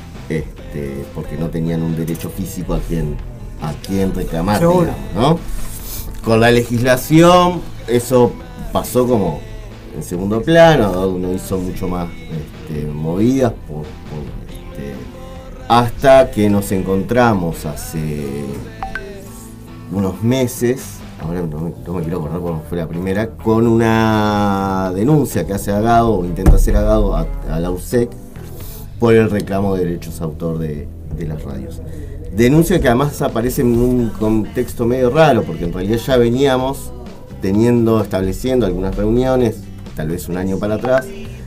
este, porque no tenían un derecho físico a quien, a quien reclamar, digamos, ¿no? Con la legislación eso pasó como en segundo plano, uno hizo mucho más este, movidas por, por, este, hasta que nos encontramos hace unos meses. Ahora no me, no me quiero acordar cuándo fue la primera, con una denuncia que hace AGADU, o intenta hacer AGADU a, a la U S E C por el reclamo de derechos de autor de, de las radios. Denuncia que además aparece en un contexto medio raro, porque en realidad ya veníamos teniendo, estableciendo algunas reuniones, tal vez un año para atrás,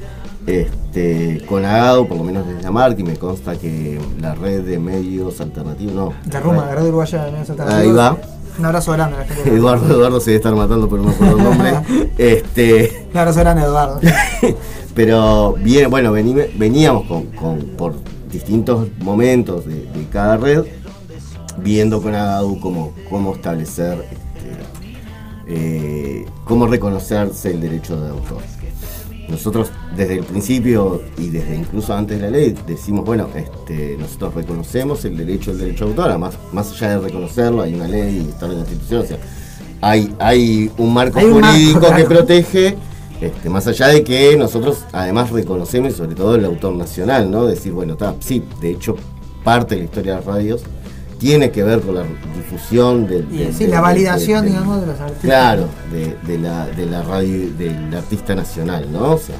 este, con AGADU, por lo menos desde AMARC, y me consta que la red de medios alternativos, no. La RUMA, la red uruguaya de medios alternativos. Ahí va. Un abrazo grande. Eduardo, Eduardo se debe estar matando, pero no me acuerdo el nombre. este, Un abrazo grande, Eduardo. Pero bien, bueno, vení, veníamos con, con, por distintos momentos de, de cada red, viendo con AGADU cómo, cómo establecer, este, eh, cómo reconocerse el derecho de autor. Nosotros desde el principio y desde incluso antes de la ley decimos, bueno, este, nosotros reconocemos el derecho del derecho de autor, además, más allá de reconocerlo, hay una ley y está en la Constitución, o sea, hay, hay un marco hay un jurídico marco, claro. que protege, este, más allá de que nosotros además reconocemos, y sobre todo el autor nacional, ¿no? Decir, bueno, está, sí, de hecho, parte de la historia de las radios tiene que ver con la difusión de, de, sí, de la de, validación, de, de, digamos, de los artistas. Claro, de, de la de la radio del artista nacional, ¿no? O sea,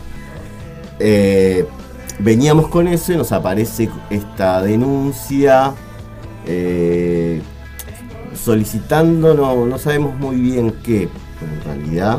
eh, veníamos con eso y nos aparece esta denuncia eh, solicitando, no, no sabemos muy bien qué, en realidad,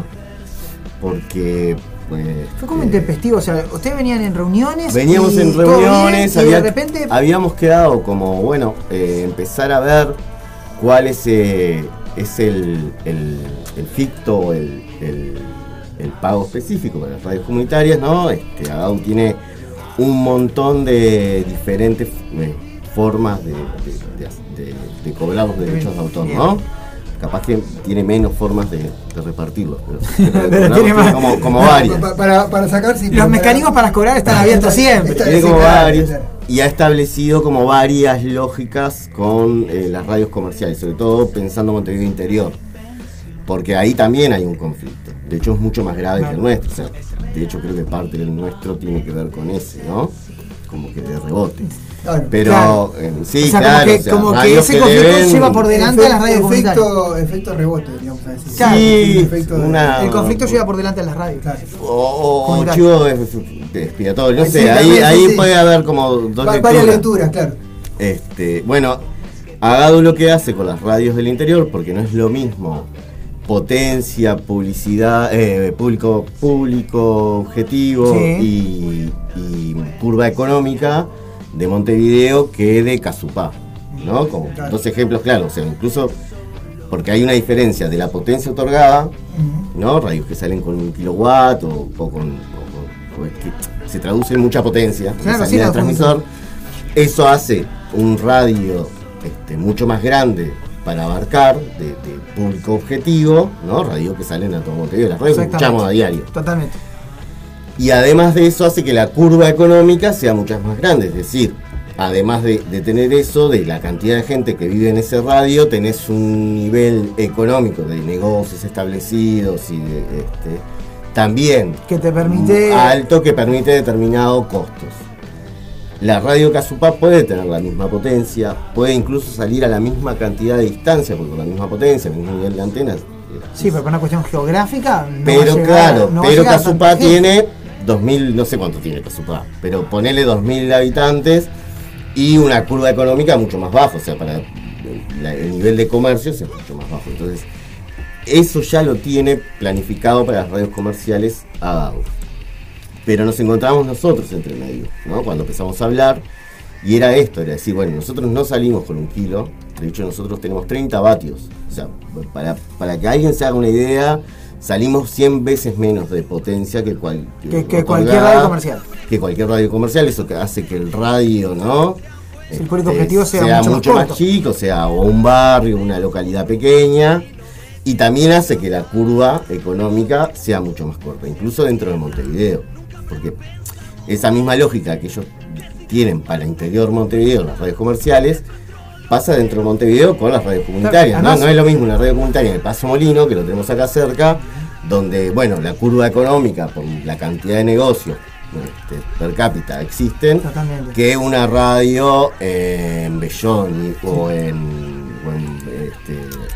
porque pues, fue como intempestivo, o sea, ustedes venían en reuniones. Veníamos y en reuniones, bien, había, y de repente habíamos quedado como, bueno, eh, empezar a ver cuál es, eh, es el, el, el ficto, el, el, el pago específico para las radios comunitarias, ¿no? Este, AGADU tiene un montón de diferentes eh, formas de, de, de, de, de cobrar los derechos de autor, ¿no? Capaz que tiene menos formas de, de repartirlos, pero, pero, pero tiene más, como, como varias. Para, para sacar, sí, los mecanismos para cobrar están abiertos siempre. Tiene como varios, y ha establecido como varias lógicas con eh, las radios comerciales, sobre todo pensando en Montevideo Interior, porque ahí también hay un conflicto. De hecho es mucho más grave que el nuestro, o sea, de hecho creo que parte del nuestro tiene que ver con ese, ¿no? Como que de rebote. Claro, pero claro. Eh, sí, o sea, claro, como que, o sea, como que ese conflicto deben, lleva por delante a las radios efecto, efecto rebote, digamos así. Claro, sí, efecto una, de, el conflicto lleva por delante a las radios, claro. O, o chivo expiatorio, no sé, sí, ahí, ahí sí. Puede haber como dos Va, varias lecturas, claro. Este, bueno, Agadu lo que hace con las radios del interior, porque no es lo mismo potencia, publicidad, eh, público, público objetivo sí. y, y curva económica de Montevideo que de Casupá, ¿no? Como claro. Dos ejemplos claros, o sea, incluso porque hay una diferencia de la potencia otorgada, uh-huh. ¿no? Radios que salen con un kilowatt o, o con, o, o, o que se traduce en mucha potencia, claro, en salida sí, del transmisor. Eso hace un radio este, mucho más grande para abarcar de, de público objetivo, ¿no? Radio que salen a todo Montevideo, las radios que escuchamos a diario. Totalmente. Y además de eso hace que la curva económica sea mucho más grande, es decir, además de, de tener eso, de la cantidad de gente que vive en ese radio, tenés un nivel económico de negocios establecidos y de, este, también que te permite alto que permite determinados costos. La radio Casupá puede tener la misma potencia, puede incluso salir a la misma cantidad de distancia, porque con la misma potencia, el mismo nivel de antenas. Sí, pero por una cuestión geográfica. No pero va a llegar, claro, no pero Casupá tiene dos mil, no sé cuánto tiene Casupá, pero ponele dos mil habitantes y una curva económica mucho más baja, o sea, para la, el nivel de comercio es mucho más bajo. Entonces, eso ya lo tiene planificado para las radios comerciales Agadu. Pero nos encontramos nosotros entre medio, ¿no? Cuando empezamos a hablar, y era esto, era decir, bueno, nosotros no salimos con un kilo, de hecho nosotros tenemos treinta vatios, o sea, para, para que alguien se haga una idea, salimos cien veces menos de potencia que, cual, que, que, que cualquier radio comercial. Que cualquier radio comercial, eso que hace que el radio, ¿no? Si el público este, objetivo sea, sea mucho, mucho más, más chico, sea o un barrio, una localidad pequeña, y también hace que la curva económica sea mucho más corta, incluso dentro de Montevideo. Porque esa misma lógica que ellos tienen para interior Montevideo, las radios comerciales, pasa dentro de Montevideo con las radios comunitarias, ¿no? No es lo mismo una radio comunitaria en el Paso Molino, que lo tenemos acá cerca, donde, bueno, la curva económica por la cantidad de negocios este, per cápita existen, que una radio eh, en Bellón o en, o en, este,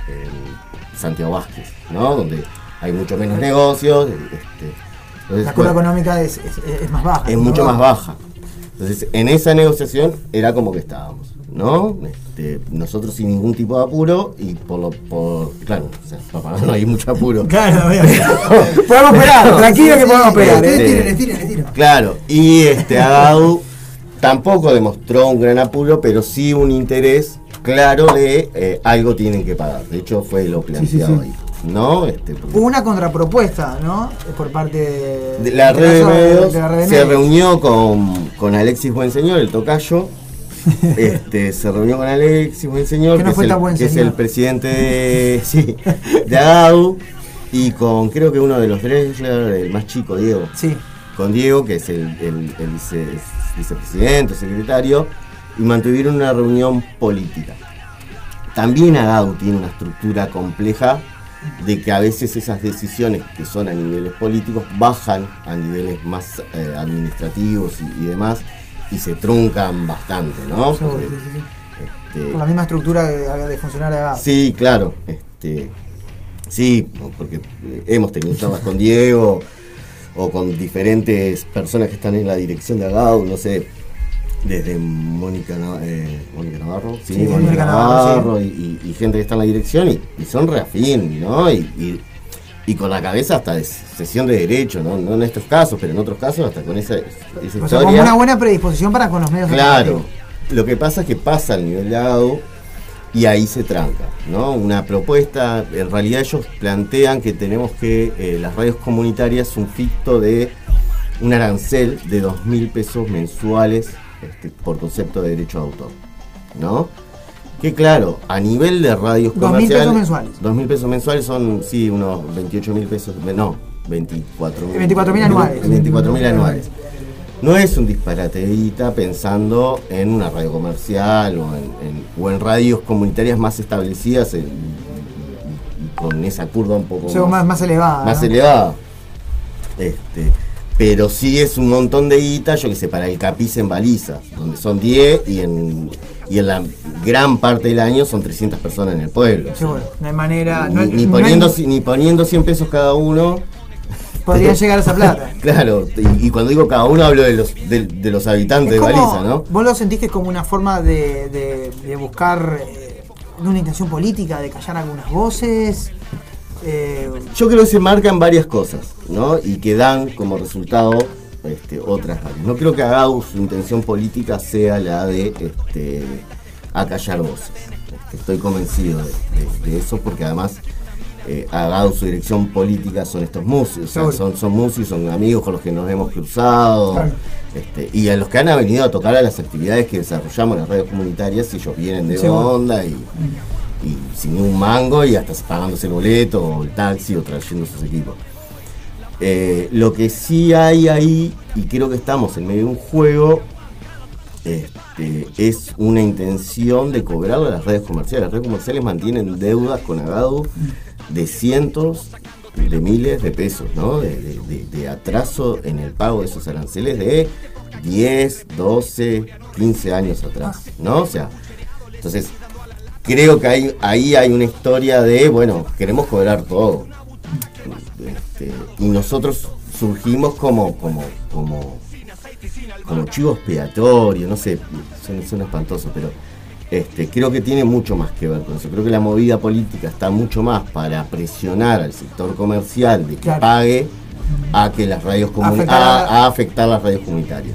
en Santiago Vázquez, ¿no? Donde hay mucho menos negocios. Este, Entonces, la curva bueno, económica es, es, es más baja. Es mucho más baja. Entonces, en esa negociación era como que estábamos, ¿no? Este, nosotros sin ningún tipo de apuro y por lo, por, claro, o sea, papá, no hay mucho apuro. Claro, podemos esperar, tranquilo que podemos esperar. Este, le tiro, le tiro, le tiro. Claro, y este Agadu tampoco demostró un gran apuro, pero sí un interés claro de eh, algo tienen que pagar. De hecho, fue lo planteado sí, sí, sí. ahí. ¿No? Este, Hubo una contrapropuesta, ¿no? Por parte de, de la red de medios. De la red de se medios. reunió con, con Alexis Buenseñor, el tocayo. este, se reunió con Alexis Buenseñor, que, no que, es, el, buen que es el presidente de, sí, de Agadu, y con creo que uno de los tres, el más chico, Diego. Sí. Con Diego, que es el, el, el vice, vicepresidente, secretario, y mantuvieron una reunión política. También Agadu tiene una estructura compleja de que a veces esas decisiones que son a niveles políticos bajan a niveles más eh, administrativos y, y demás y se truncan bastante, ¿no? Sí, porque, sí, sí. Este, con la misma estructura de, de funcionar Agadu. Sí, claro. Este, sí, porque hemos tenido charlas con Diego o con diferentes personas que están en la dirección de Agadu, no sé, desde Mónica, eh, Mónica Navarro, sí, sí, Mónica, Mónica Navarro, Navarro sí. y, y, y gente que está en la dirección y, y son reafín, ¿no? Y, y, y con la cabeza hasta de sesión de derecho, ¿no? No en estos casos, pero en otros casos hasta con esa, esa o historia. Sea, como una buena predisposición para con los medios. Claro, lo que pasa es que pasa al nivel de Agadu y ahí se tranca, ¿no? Una propuesta, en realidad ellos plantean que tenemos que, eh, las radios comunitarias, un ficto de un arancel de dos mil pesos mensuales Este, por concepto de derecho de autor. ¿no? Que claro, a nivel de radios comerciales... dos mil pesos mensuales. dos mil pesos mensuales son, sí, unos veintiocho mil pesos, no, veinticuatro mil anuales. veinticuatro mil anuales. No es un disparate de guita pensando en una radio comercial o en, en, o en radios comunitarias más establecidas en, con esa curva un poco o sea, más, más, más elevada. Más ¿no? elevada. Este, pero sí es un montón de guita, yo que sé, para el Capiz en Balizas, donde son diez y en, y en la gran parte del año son trescientas personas en el pueblo. Sí, bueno, no hay manera... Ni, no hay, ni, no poniendo, hay... ni poniendo cien pesos cada uno... Podrían llegar a esa plata. Claro, y, y cuando digo cada uno hablo de los de, de los habitantes de Baliza, ¿no? ¿Vos lo sentís que es como una forma de, de, de buscar eh, una intención política, de callar algunas voces? Eh... Yo creo que se marcan varias cosas, ¿no? Y que dan como resultado este, otras varias. No creo que Agadu su intención política sea la de este, acallar voces. Este, estoy convencido de, de, de eso porque además... Eh, Agadu su dirección política son estos músicos, o sea, son, son músicos, son amigos con los que nos hemos cruzado, claro. este, y a los que han venido a tocar a las actividades que desarrollamos en las radios comunitarias, y ellos vienen de sí, onda y, y sin un mango y hasta pagándose el boleto o el taxi o trayendo sus equipos. Eh, lo que sí hay ahí, y creo que estamos en medio de un juego, este, es una intención de cobrarle a las redes comerciales. Las redes comerciales mantienen deudas con Agadu de cientos de miles de pesos, ¿no? De, de, de, de atraso en el pago de esos aranceles de diez, doce, quince años atrás, ¿no? O sea, entonces creo que hay, ahí hay una historia de, bueno, queremos cobrar todo. Este, y nosotros surgimos como, como, como, como chivos expiatorios, no sé, suena, suena espantoso, pero Este, creo que tiene mucho más que ver con eso. Creo que la movida política está mucho más para presionar al sector comercial de que claro. pague a que las radios comuni- a, a afectar las radios comunitarias.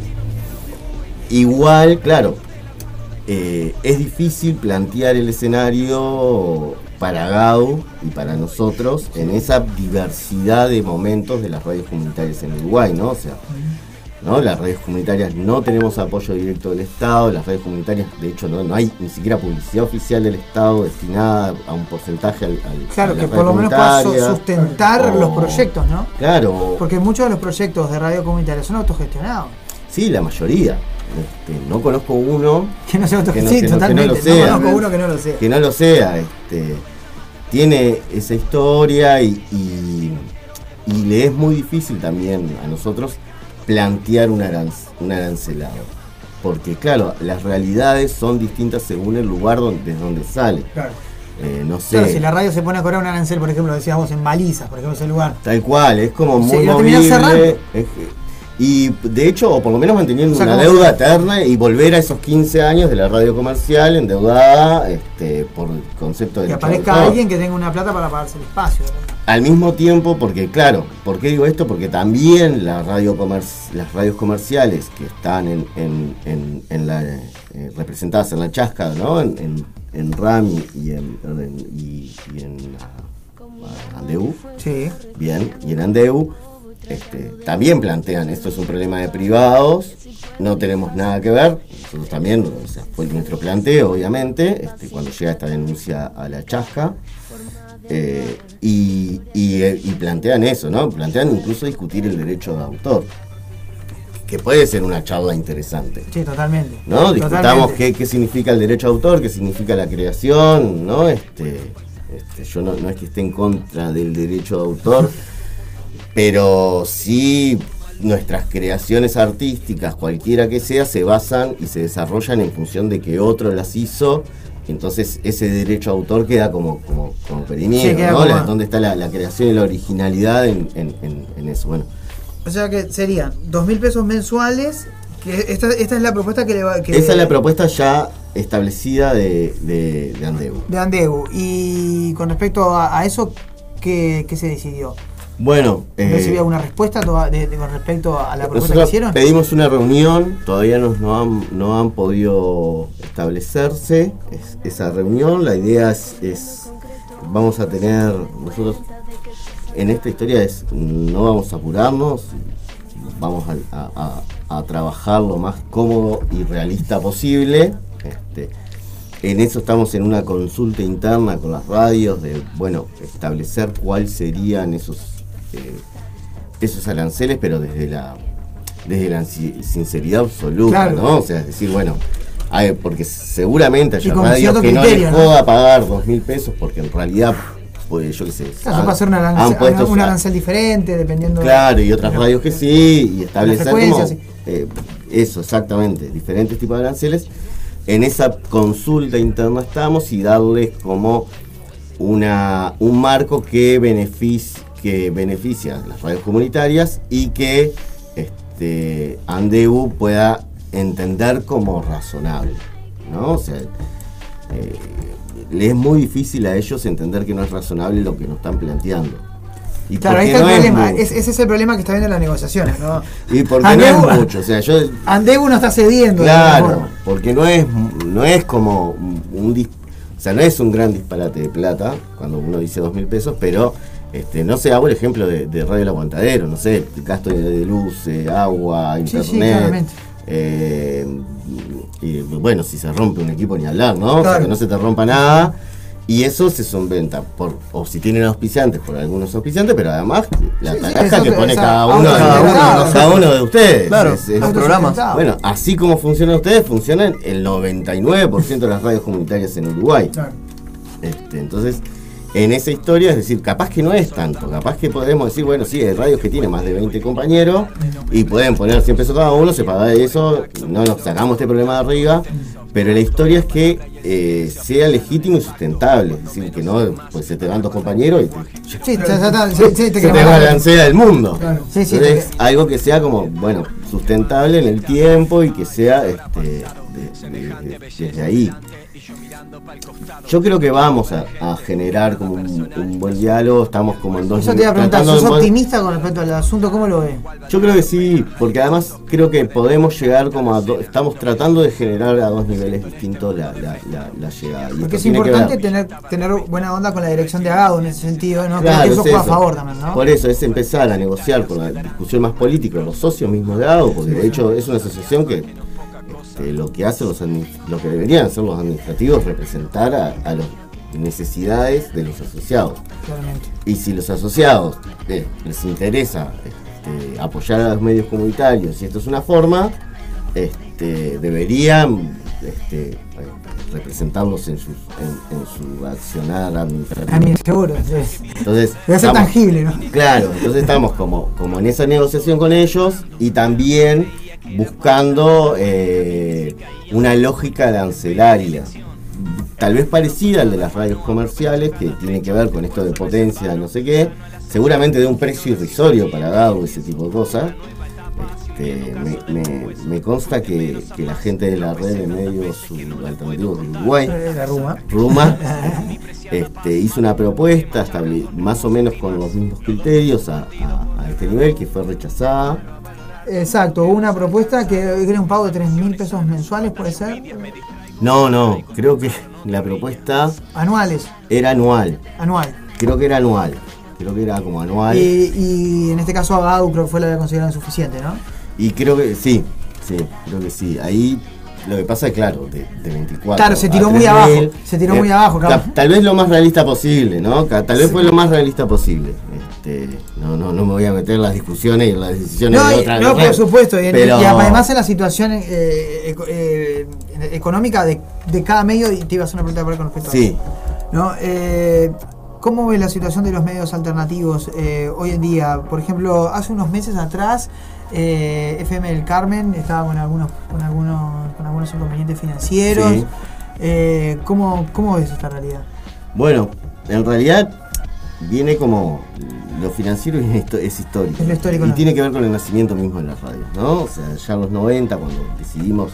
Igual, claro, eh, es difícil plantear el escenario para Agadu y para nosotros en esa diversidad de momentos de las radios comunitarias en Uruguay, ¿no? O sea, ¿no? Las radios comunitarias no tenemos apoyo directo del Estado, las radios comunitarias, de hecho, no, no hay ni siquiera publicidad oficial del Estado destinada a un porcentaje al, al Claro, que por lo menos pueda sustentar o, los proyectos, ¿no? Claro. Porque muchos de los proyectos de radio comunitaria son autogestionados. Sí, la mayoría. Este, no conozco uno que no sea autogestionado. Sí, no, totalmente. Que no, no, no conozco uno que no lo sea. Que no lo sea. Este, tiene esa historia y, y, y le es muy difícil también a nosotros plantear un, aranc- un arancelado, porque claro, las realidades son distintas según el lugar donde, desde donde sale. Claro. Eh, no sé. Claro, si la radio se pone a cobrar un arancel, por ejemplo, decías vos en Balizas, por ejemplo, ese lugar. Tal cual, es como muy sí, movible. Es, y de hecho, o por lo menos manteniendo o sea, una deuda que... eterna y volver a esos quince años de la radio comercial endeudada este, por el concepto de... Que aparezca autor. Alguien que tenga una plata para pagarse el espacio, ¿verdad? Al mismo tiempo, porque claro, ¿por qué digo esto? Porque también la radio comer- las radios comerciales que están en, en, en, en la, eh, representadas en la chasca, ¿no? En, en, en Rami y en, en, y, y en uh, Andeu. Sí. Bien, y en Andeu. Este, también plantean, esto es un problema de privados, no tenemos nada que ver, nosotros también, o sea, fue nuestro planteo, obviamente, este, cuando llega esta denuncia a la chasca, eh, y, y, y plantean eso, ¿no? Plantean incluso discutir el derecho de autor, que puede ser una charla interesante. Sí, totalmente. ¿No? Discutamos qué, qué significa el derecho de autor, qué significa la creación, ¿no? Este, este, yo no, no es que esté en contra del derecho de autor, pero sí nuestras creaciones artísticas, cualquiera que sea, se basan y se desarrollan en función de que otro las hizo, entonces ese derecho a autor queda como, como, como perimido, sí, ¿no? Como... La, ¿dónde está la, la creación y la originalidad en, en, en, en eso? Bueno. O sea que serían dos mil pesos mensuales, que esta, esta es la propuesta que le va... Que esa es la propuesta ya establecida de, de, de Andeu. De Andeu. Y con respecto a, a eso, ¿qué, qué se decidió? Bueno, eh, ¿recibí alguna respuesta de, de, con respecto a la propuesta que hicieron? Pedimos una reunión, todavía no, no, han, no han podido establecerse es, esa reunión. La idea es, es, vamos a tener, nosotros en esta historia es, no vamos a apurarnos, vamos a, a, a, a trabajar lo más cómodo y realista posible. Este, en eso estamos en una consulta interna con las radios de, bueno, establecer cuáles serían esos eh, esos aranceles, pero desde la desde la sinceridad absoluta, claro, ¿no? O sea, es decir, bueno, hay, porque seguramente hay radios que no les joda pagar dos mil pesos porque en realidad, pues yo qué sé, claro, han, puede ser un arancel, puesto, un arancel diferente dependiendo. Claro, de, y otras radios que sí, y establecer como, sí. eh, eso, exactamente, diferentes tipos de aranceles. En esa consulta interna estamos y darles como una un marco que beneficia, que beneficia a las radios comunitarias y que este, Andebu pueda entender como razonable, ¿no? O sea, eh, le es muy difícil a ellos entender que no es razonable lo que nos están planteando. Y claro, ahí está el no problema, es, ese es el problema que está viendo en las negociaciones, ¿no? Y porque Andebu, no es mucho, o sea, yo... Andebu no está cediendo. Claro, porque no es, no es como un... Dis, o sea, no es un gran disparate de plata, cuando uno dice dos mil pesos, pero... Este, no sé, hago el ejemplo de, de Radio El Aguantadero, no sé, gasto de, de luz, eh, agua, internet, sí, sí, eh, y bueno, si se rompe un equipo ni hablar, ¿no? Claro. O sea, que no se te rompa nada, y eso se solventa por, o si tienen auspiciantes, por algunos auspiciantes, pero además la sí, taraja sí, que pone esa, cada uno, cada uno, cada uno de ustedes. Claro, es, es, los programas. Bueno, así como funcionan ustedes, funcionan el noventa y nueve por ciento de las radios comunitarias en Uruguay. Claro. Este, entonces... En esa historia, es decir, capaz que no es tanto, capaz que podemos decir, bueno, sí, hay radios que tienen más de veinte compañeros y pueden poner cien pesos cada uno, se paga eso, no nos sacamos este problema de arriba, pero la historia es que eh, sea legítimo y sustentable, es decir, que no, pues se te van dos compañeros y te, sí, sí, sí, sí, te, se te balancea el mundo. Claro. Sí, sí, entonces, te... algo que sea como, bueno, sustentable en el tiempo y que sea este, de, de, de, desde ahí. Yo creo que vamos a, a generar como un, un buen diálogo, estamos como en dos... Eso te iba a preguntar, ¿sos optimista con respecto al asunto? ¿Cómo lo ves? Yo creo que sí, porque además creo que podemos llegar como a... Do, estamos tratando de generar a dos niveles distintos la, la, la, la llegada. Y porque es importante tener, tener buena onda con la dirección de Agado en ese sentido, ¿no? Claro, creo que eso juega a favor también, ¿no? Por eso es empezar a negociar con la discusión más política, los socios mismos de Agado, porque de hecho es una asociación que... Este, lo que hacen los lo que deberían hacer los administrativos, representar a, a las necesidades de los asociados. Claramente. Y si los asociados eh, les interesa este, apoyar a los medios comunitarios, y esto es una forma, este, deberían este, representarlos en, sus, en, en su accionar administrativo. También seguro, sí. Entonces, debe ser tangible, ¿no? Claro, entonces estamos como, como en esa negociación con ellos y también buscando eh, una lógica arancelaria, tal vez parecida al de las radios comerciales, que tiene que ver con esto de potencia, no sé qué, seguramente de un precio irrisorio para Gado, ese tipo de cosas. Este, me, me, me consta que, que la gente de la red de medios alternativos de Uruguay, la Ruma, Ruma este, hizo una propuesta estable, más o menos con los mismos criterios a, a, a este nivel, que fue rechazada. Exacto, una propuesta que era un pago de tres mil pesos mensuales, ¿puede ser? No, no, creo que la propuesta... ¿Anuales? Era anual. Anual. Creo que era anual, creo que era como anual. Y, y en este caso Agado creo que fue la que consideraron suficiente, ¿no? Y creo que sí, sí, creo que sí. Ahí lo que pasa es, claro, de, de veinticuatro. Claro, se tiró muy abajo, se tiró eh, muy abajo, claro. Tal, tal vez lo más realista posible, ¿no? Tal vez sí. Fue lo más realista posible. Este, no, no, no me voy a meter en las discusiones y en las decisiones no, de otras. No, por supuesto, y, pero... y además en la situación eh, eh, económica de, de cada medio, y te ibas a una pregunta por con respecto sí. a eso. ¿No? Eh, ¿Cómo ves la situación de los medios alternativos eh, hoy en día? Por ejemplo, hace unos meses atrás, eh, F M del Carmen estaba con algunos, con algunos, con algunos inconvenientes financieros. Sí. Eh, ¿cómo, ¿Cómo ves esta realidad? Bueno, en realidad viene como lo financiero es histórico. Es lo histórico, y ¿no? Tiene que ver con el nacimiento mismo de las radios, ¿no? O sea, ya en los noventa, cuando decidimos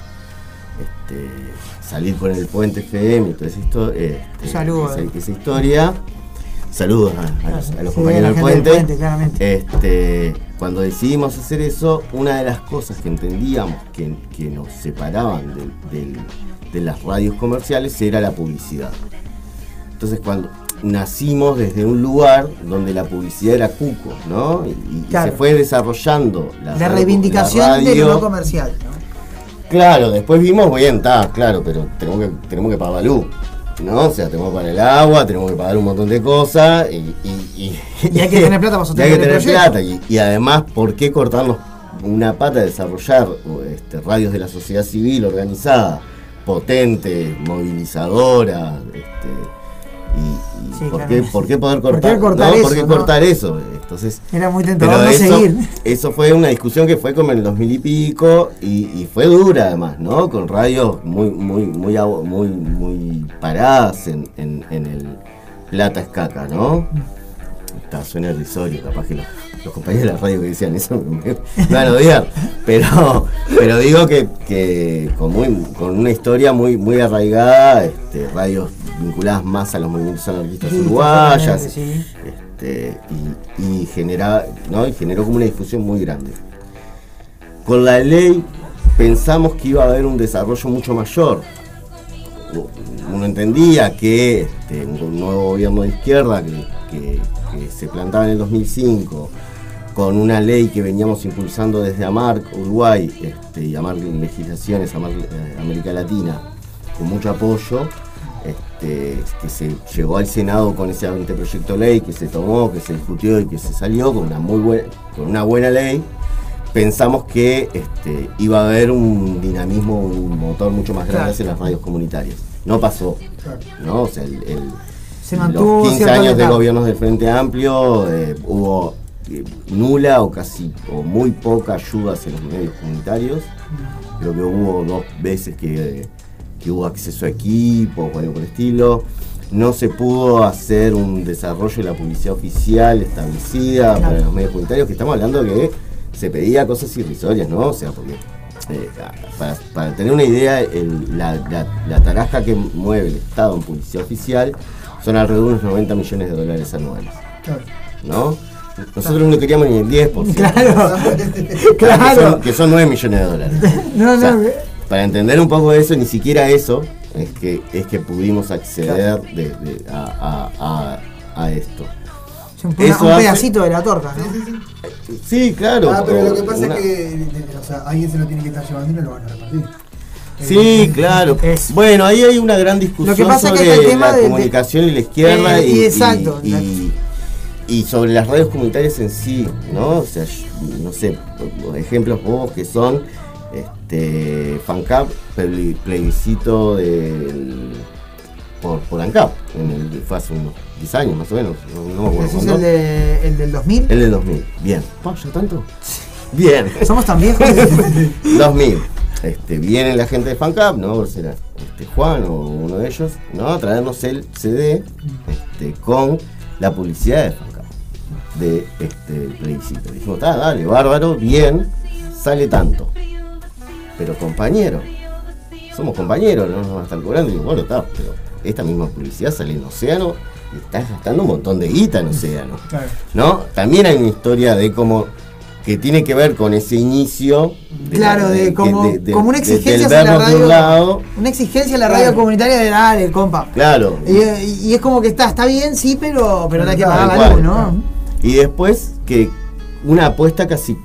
este, salir con el Puente F M y toda esa, histo este, Saludos. esa, esa historia. Saludos a, a los, a los sí, compañeros del Puente. del Puente claramente. Este, cuando decidimos hacer eso, una de las cosas que entendíamos que, que nos separaban de, de, de las radios comerciales era la publicidad. Entonces, cuando nacimos desde un lugar donde la publicidad era cuco, ¿no? Y, claro. y se fue desarrollando la, la reivindicación la radio, de lo no comercial, ¿no? Claro, después vimos, bien, está, claro, pero tenemos que, tenemos que pagar la luz, ¿no? O sea, tenemos que pagar el agua, tenemos que pagar un montón de cosas y... Y, y, y hay que tener plata para sostener hay que tener el proyecto. plata y, y además, ¿por qué cortarnos una pata de desarrollar este, radios de la sociedad civil organizada, potente, movilizadora, este, y, y Sí, ¿por, claro. qué, ¿por qué poder cortar, ¿Por qué cortar ¿no? eso, ¿Por qué no? cortar eso? Entonces, Era muy tentador pero no eso, seguir. eso fue una discusión que fue como en el dos mil y pico y, y fue dura además, ¿no? Con radios muy muy muy abo- muy muy paradas en, en, en el Plata Escaca, ¿no? Está, suena irrisorio, capaz que los, los compañeros de la radio que decían eso me, me van a odiar, pero pero digo que, que con, muy, con una historia muy muy arraigada, este, radios vinculadas más a los movimientos anarquistas Sí, uruguayas, sí. este, y, y, genera, ¿no? y generó como una difusión muy grande. Con la ley pensamos que iba a haber un desarrollo mucho mayor. Uno entendía que este, un nuevo gobierno de izquierda que, que, que se plantaba en el dos mil cinco con una ley que veníamos impulsando desde AMARC, Uruguay, este, y AMARC Legislaciones, AMARC eh, América Latina, con mucho apoyo, este, que se llegó al Senado con ese anteproyecto de ley, que se tomó, que se discutió y que se salió con una muy buena, con una buena ley. Pensamos que este, iba a haber un dinamismo, un motor mucho más grande Claro. en las radios comunitarias. No pasó, ¿no? O sea, el, el, Se mantuvo los quince cierto años de letargo. gobiernos del Frente Amplio eh, hubo eh, nula o casi o muy poca ayuda hacia los medios comunitarios. Creo que hubo dos veces que, que hubo acceso a equipos o algo por el estilo. No se pudo hacer un desarrollo de la publicidad oficial establecida Claro. para los medios comunitarios, que estamos hablando de que se pedía cosas irrisorias, ¿no? O sea, porque eh, para, para tener una idea, el, la, la, la tarasca que mueve el Estado en publicidad oficial son alrededor de unos noventa millones de dólares anuales, Claro. ¿no? Nosotros no queríamos ni el diez por ciento. Claro. Que Claro. son, que son nueve millones de dólares. No, O sea, no. para entender un poco de eso, ni siquiera eso es que es que pudimos acceder de, de- a, a, a, a esto. Un, Eso un hace- pedacito de la torta, ¿no? Sí, claro. Ah, pero o lo que pasa una- es que de- o sea, alguien se lo tiene que estar llevando y no lo van a repartir. Sí, claro. Bueno, ahí hay una gran discusión Lo que pasa es sobre que el tema la de- de- comunicación y la izquierda Eh, y, y exacto. y, y- y sobre las radios comunitarias en sí, ¿no? O sea, yo- no sé, ejemplos vos que son este FANCAP, plebiscito plebiscito del por, por ANCAP, en el, fue hace unos diez años más o menos, no, no me acuerdo ¿Ese es cuándo. el, de, el del dos mil? El del dos mil, bien. ¿Pa, ya tanto? Bien. Somos tan viejos. dos mil. Este, viene la gente de FANCAP, ¿no? Será este, Juan o uno de ellos, ¿no? A traernos el C D este, con la publicidad de FANCAP, de este plebiscito. Dijimos, está, dale, bárbaro, bien, sale tanto. Pero compañero, somos compañeros, no nos van a estar cobrando. Y digo, bueno, está, pero esta misma publicidad sale en Océano y estás gastando un montón de guita en Océano. Claro. ¿No? También hay una historia de cómo que tiene que ver con ese inicio de Claro, la- de, como, de- de- como una de- exigencia del hacia la vernos de un radio. lado. Una exigencia a la radio Claro. comunitaria de dale, compa. Claro. Y, y es como que está, está bien, sí, pero, pero hay que Tal pagar la cual. luz, ¿no? Y después que una apuesta casi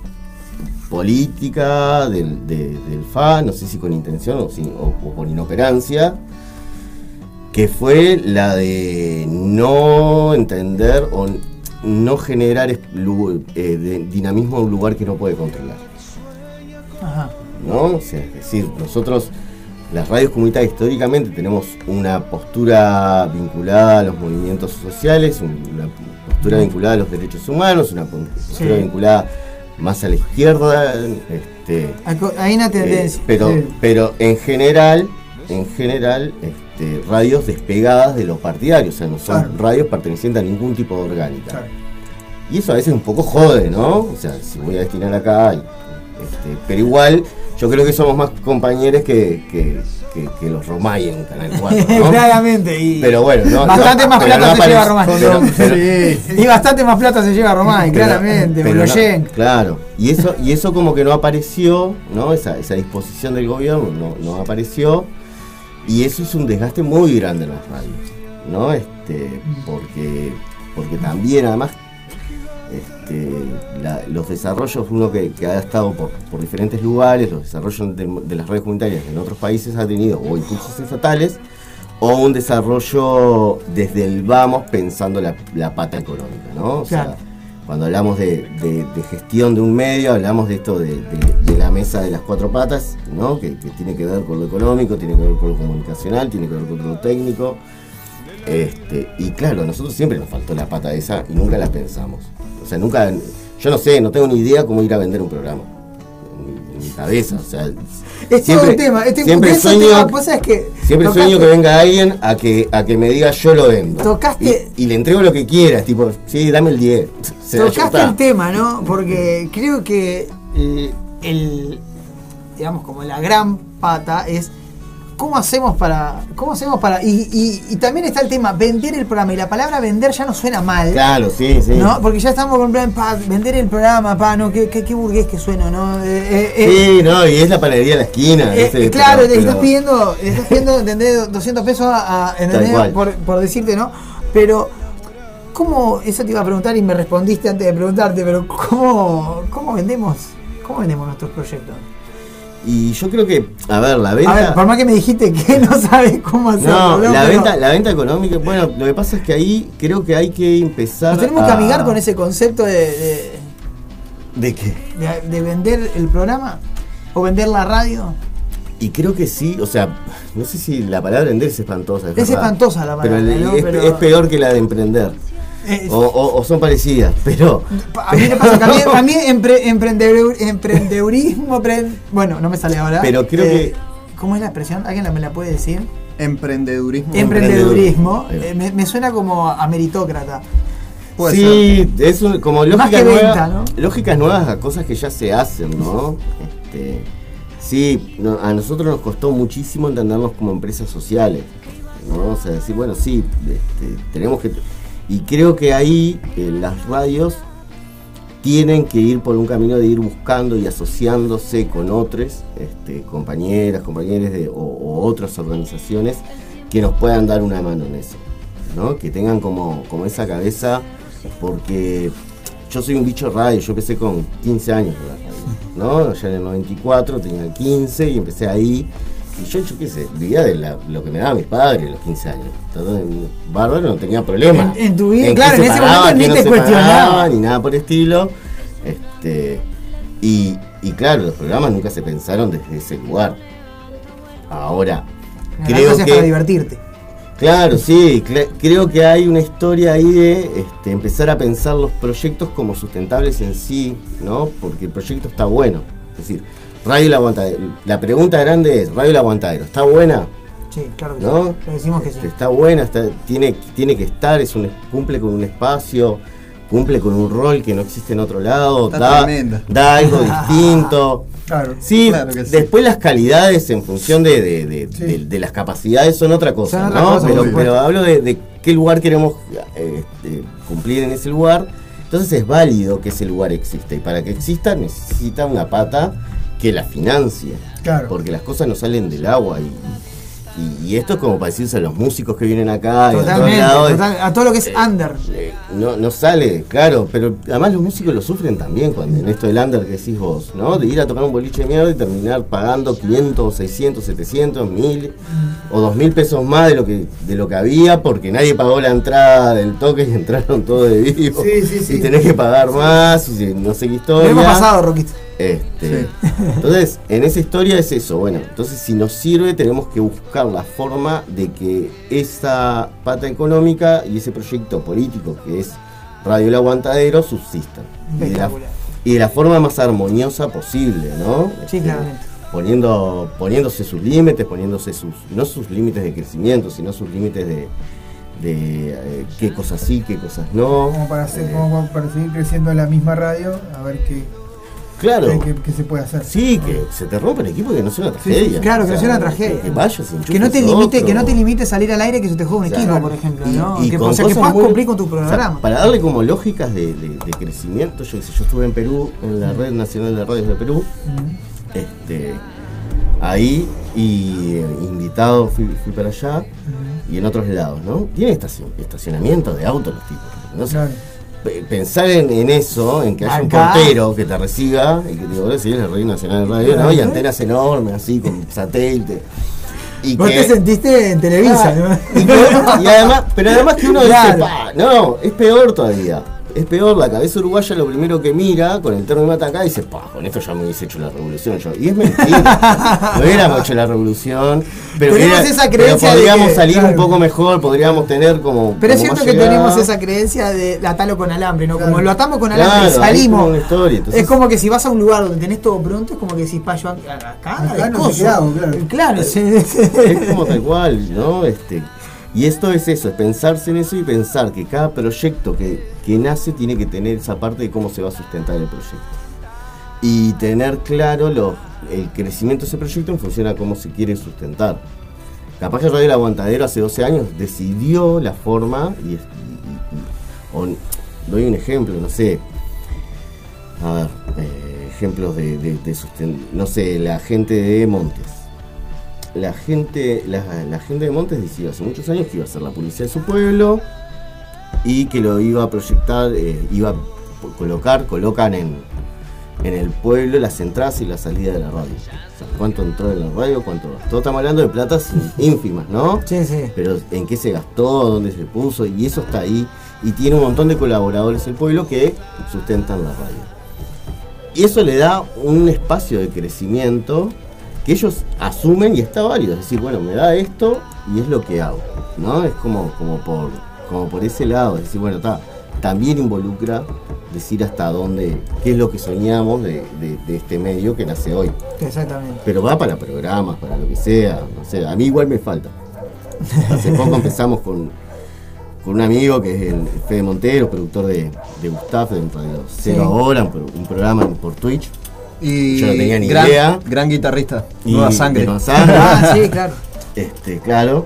política del, de- del F A, no sé si con intención o, si- o- o por inoperancia, que fue la de no entender o no generar es- lu- eh, de- dinamismo en un lugar que no puede controlar. Ajá. ¿No? O sea, es decir, nosotros, las radios comunitarias históricamente tenemos una postura vinculada a los movimientos sociales, un- una postura vinculada a los derechos humanos, una postura Sí. vinculada más a la izquierda, este, Hay co- Hay una eh, tendencia. pero, Sí. pero en general, en general, este, radios despegadas de los partidarios, o sea, no son Claro. radios pertenecientes a ningún tipo de orgánica. Claro. Y eso a veces un poco jode, ¿no? O sea, si voy a destinar acá, y, este, pero igual yo creo que somos más compañeros que, que, que, que los Romay en Canal cuatro, ¿no? Claramente. Y Pero bueno, no, bastante no, más pero plata no se lleva aparece- Romay. pero- pero- Sí. Y bastante más plata se lleva Romay, pero- claramente. pero Boloyen. no, claro, y eso, y eso como que no apareció, ¿no? Esa, esa disposición del gobierno no, no apareció, y eso es un desgaste muy grande en las radios, ¿no? Este, porque, porque también además este, la, los desarrollos, uno que, que ha estado por, por diferentes lugares, los desarrollos de, de las redes comunitarias en otros países ha tenido o impulsos estatales o un desarrollo desde el vamos pensando la, la pata económica, ¿no? O Claro. sea, cuando hablamos de, de, de gestión de un medio, hablamos de esto de, de, de la mesa de las cuatro patas, ¿no? Que, que tiene que ver con lo económico, tiene que ver con lo comunicacional, tiene que ver con lo técnico. Este, y claro, a nosotros siempre nos faltó la pata esa y nunca la pensamos. O sea, nunca, yo no sé, no tengo ni idea cómo ir a vender un programa. En mi, en mi cabeza, o sea. Es todo un tema. Este, siempre de ese sueño, tema, vos sabés que siempre tocaste- sueño que venga alguien a que, a que me diga yo lo vendo. Tocaste- Y, y le entrego lo que quieras, tipo, sí, dame el diez. O sea, ya Tocaste está. el tema, ¿no? Porque creo que el, el- digamos, como la gran pata es cómo hacemos para, cómo hacemos para, y, y, y también está el tema, vender el programa, y la palabra vender ya no suena mal. Claro, sí, sí. ¿No? Porque ya estamos con plan, pa, vender el programa, pa, no, qué, qué, qué burgués que suena, ¿no? Eh, eh, eh, Sí, no, y es la panadería de la esquina. Eh, ese, claro, pero- le estás pero- pidiendo, le estás pidiendo, ¿entendés? doscientos pesos a, a- ¿entendés? Tal cual. Por, por decirte, ¿no? Pero, ¿cómo? Eso te iba a preguntar y me respondiste antes de preguntarte, pero ¿cómo, cómo vendemos? ¿Cómo vendemos nuestros proyectos? Y yo creo que, a ver, la venta. A ver, por más que me dijiste que no sabes cómo hacerlo. No, la Pero venta, la venta económica, bueno, lo que pasa es que ahí creo que hay que empezar. nos tenemos a... que amigar con ese concepto de, de, ¿De qué? de- de vender el programa o vender la radio. Y creo que sí, o sea, no sé si la palabra vender es espantosa. Es verdad. espantosa la palabra, Pero, el- ¿no? es, Pero- es peor que la de emprender. Eh, O, o- o son parecidas, pero. A mí me pasa que a mí, a mí empre- emprendedeur- emprendedurismo, pre- bueno, no me sale ahora. Pero creo que- ¿Cómo es la expresión? ¿Alguien la- me la puede decir? Emprendedurismo. Emprendedurismo. Eh, me, me suena como a meritocrata. Puede Sí, es un- como Más lógicas que nuevas, venta, ¿no? lógicas nuevas a cosas que ya se hacen, ¿no? Este, sí, no- a nosotros nos costó muchísimo entendernos como empresas sociales, ¿no? O sea, decir, bueno, sí, este, tenemos que... Y creo que ahí eh, las radios tienen que ir por un camino de ir buscando y asociándose con otros, este, compañeras, compañeros de, o, o otras organizaciones que nos puedan dar una mano en eso, ¿no? Que tengan como, como esa cabeza, porque yo soy un bicho radio, yo empecé con quince años de la radio, ¿no? Ya en el noventa y cuatro tenía quince y empecé ahí, y yo, yo qué sé, vivía de la- lo que me daban mis padres a los quince años. Entonces, bárbaro, no tenía problema. En, en tu vida, qué claro, se en ese pagaba, momento qué ni no te se cuestionaba. pagaba, ni nada por el estilo. Este, y, y claro, los programas nunca se pensaron desde ese lugar. Ahora, La creo cosa es que... para divertirte. Claro, sí, cre- creo que hay una historia ahí de este, empezar a pensar los proyectos como sustentables en sí, ¿no? Porque el proyecto está bueno. Es decir, Radio El Aguantadero. La pregunta grande es, Radio El Aguantadero, ¿está buena? Sí, claro que ¿No? sí. Le decimos que sí. Este, Está buena, está, tiene, tiene que estar, es un, cumple con un espacio, cumple con un rol que no existe en otro lado, Está da, tremenda. da algo distinto. Claro, Sí, claro que sí. después las calidades en función de, de, de, de- de las capacidades son otra cosa, Son otra ¿no? cosa, por pero, supuesto. pero hablo de, de qué lugar queremos eh, este, cumplir en ese lugar. Entonces es válido que ese lugar exista. Y para que exista necesita una pata que la financie. Claro. Porque las cosas no salen del agua. Y, y, y esto es como para decirse a los músicos que vienen acá. y a todos Totalmente, lados. total- a todo lo que es under. Eh, no, no sale, claro, pero además los músicos lo sufren también cuando en esto del under que decís vos, ¿no? De ir a tocar un boliche de mierda y terminar pagando quinientos, seiscientos, setecientos, mil o dos mil pesos más de lo que de lo que había porque nadie pagó la entrada del toque y entraron todos de vivo. Sí, sí, sí. Y tenés que pagar más, y no sé qué Lo historia. hemos pasado, Roquito. Este, Entonces, en esa historia es eso. Bueno, entonces si nos sirve, tenemos que buscar la forma de que esa pata económica y ese proyecto político que es Radio El Aguantadero subsistan. Y de, la, Espectacular. y de la forma más armoniosa posible, ¿no? Sí, Este, claramente. Poniendo, poniéndose sus límites, poniéndose sus, no sus límites de crecimiento, sino sus límites de, de eh, qué cosas sí, qué cosas no. Como para, hacer, Eh, como para seguir creciendo en la misma radio, a ver qué, Claro. qué, qué- qué se puede hacer. Sí, que se te rompe el equipo y que no sea una tragedia. Claro, que O no sea, sea una tragedia. Que, que vayas, Que no te enchufes limite, otro. que no te limite salir al aire que se te juega un Claro. equipo, por ejemplo, Y- ¿no? y que, con o sea, que cosas puedas muy- cumplir con tu o sea, programa. para darle como lógicas de, de- de crecimiento, yo, qué sé, yo estuve en Perú, en la Red Nacional de Radios de Perú, este, ahí, y eh, invitado fui, fui para allá, y en otros lados, ¿no? Tiene estacion- estacionamiento de autos los tipos, ¿no? Claro. p- pensar en, en eso, en que haya Acá. un portero que te reciba y que te diga, ahora sí es el Radio Nacional de Radio, ¿no? Y antenas enormes así, con satélite. Y Vos que, te sentiste en Televisa, Ah, ¿no? y, que- y además, pero además que uno Claro. dice, pa, no, es peor todavía. Es peor, la cabeza uruguaya lo primero que mira con el termo y mata acá y dice, pa, con esto ya me hubiese hecho la revolución yo. Y es mentira, no hubiéramos hecho la revolución, pero, Tenemos era- esa pero creencia de podríamos que- salir claro. un poco mejor, podríamos tener como. Pero es como cierto más que llegada. tenemos esa creencia de atarlo con alambre, ¿no? Como lo atamos con Claro, alambre y ahí es salimos. como una historia, entonces- Es como que si vas a un lugar donde tenés todo pronto, es como que decís, pa, yo acá, acá, Acá no coso. te quedamos, claro. Claro, sí. Es como tal cual, ¿no? Este, y esto es eso, es pensarse en eso y pensar que cada proyecto que, que nace tiene que tener esa parte de cómo se va a sustentar el proyecto. Y tener claro lo, el crecimiento de ese proyecto en función a cómo se quiere sustentar. Capaz que Radio El Aguantadero hace doce años decidió la forma y, y- y- o- doy un ejemplo, no sé. A ver, eh, ejemplos de, de, de susten- no sé, la gente de Montes. La gente, la, la gente de Montes decidió hace muchos años que iba a ser la policía de su pueblo y que lo iba a proyectar, eh, iba a colocar, colocan en, en el pueblo las entradas y la salida de la radio. O sea, cuánto entró en la radio, cuánto gastó. Estamos hablando de platas ínfimas, ¿no? Sí, sí. Pero en qué se gastó, dónde se puso, y eso está ahí. Y tiene un montón de colaboradores el pueblo que sustentan la radio. Y eso le da un espacio de crecimiento que ellos asumen y está válido. Es decir, bueno, me da esto y es lo que hago, ¿no? Es como, como, por, como por ese lado. Es decir, bueno, está, también involucra decir hasta dónde, qué es lo que soñamos de, de, de este medio que nace hoy. Exactamente. Pero va para programas, para lo que sea. No sé, a mí igual me falta. Hace poco empezamos con, con un amigo que es el Fede Montero, productor de, de Gustaf, de Radio Cero Sí. Ahora, un, pro- un programa por Twitch. Y Yo no tenía ni gran, idea. gran guitarrista, Y Nueva Sangre. de Nueva Sangre. Ah, sí, claro. Este, claro.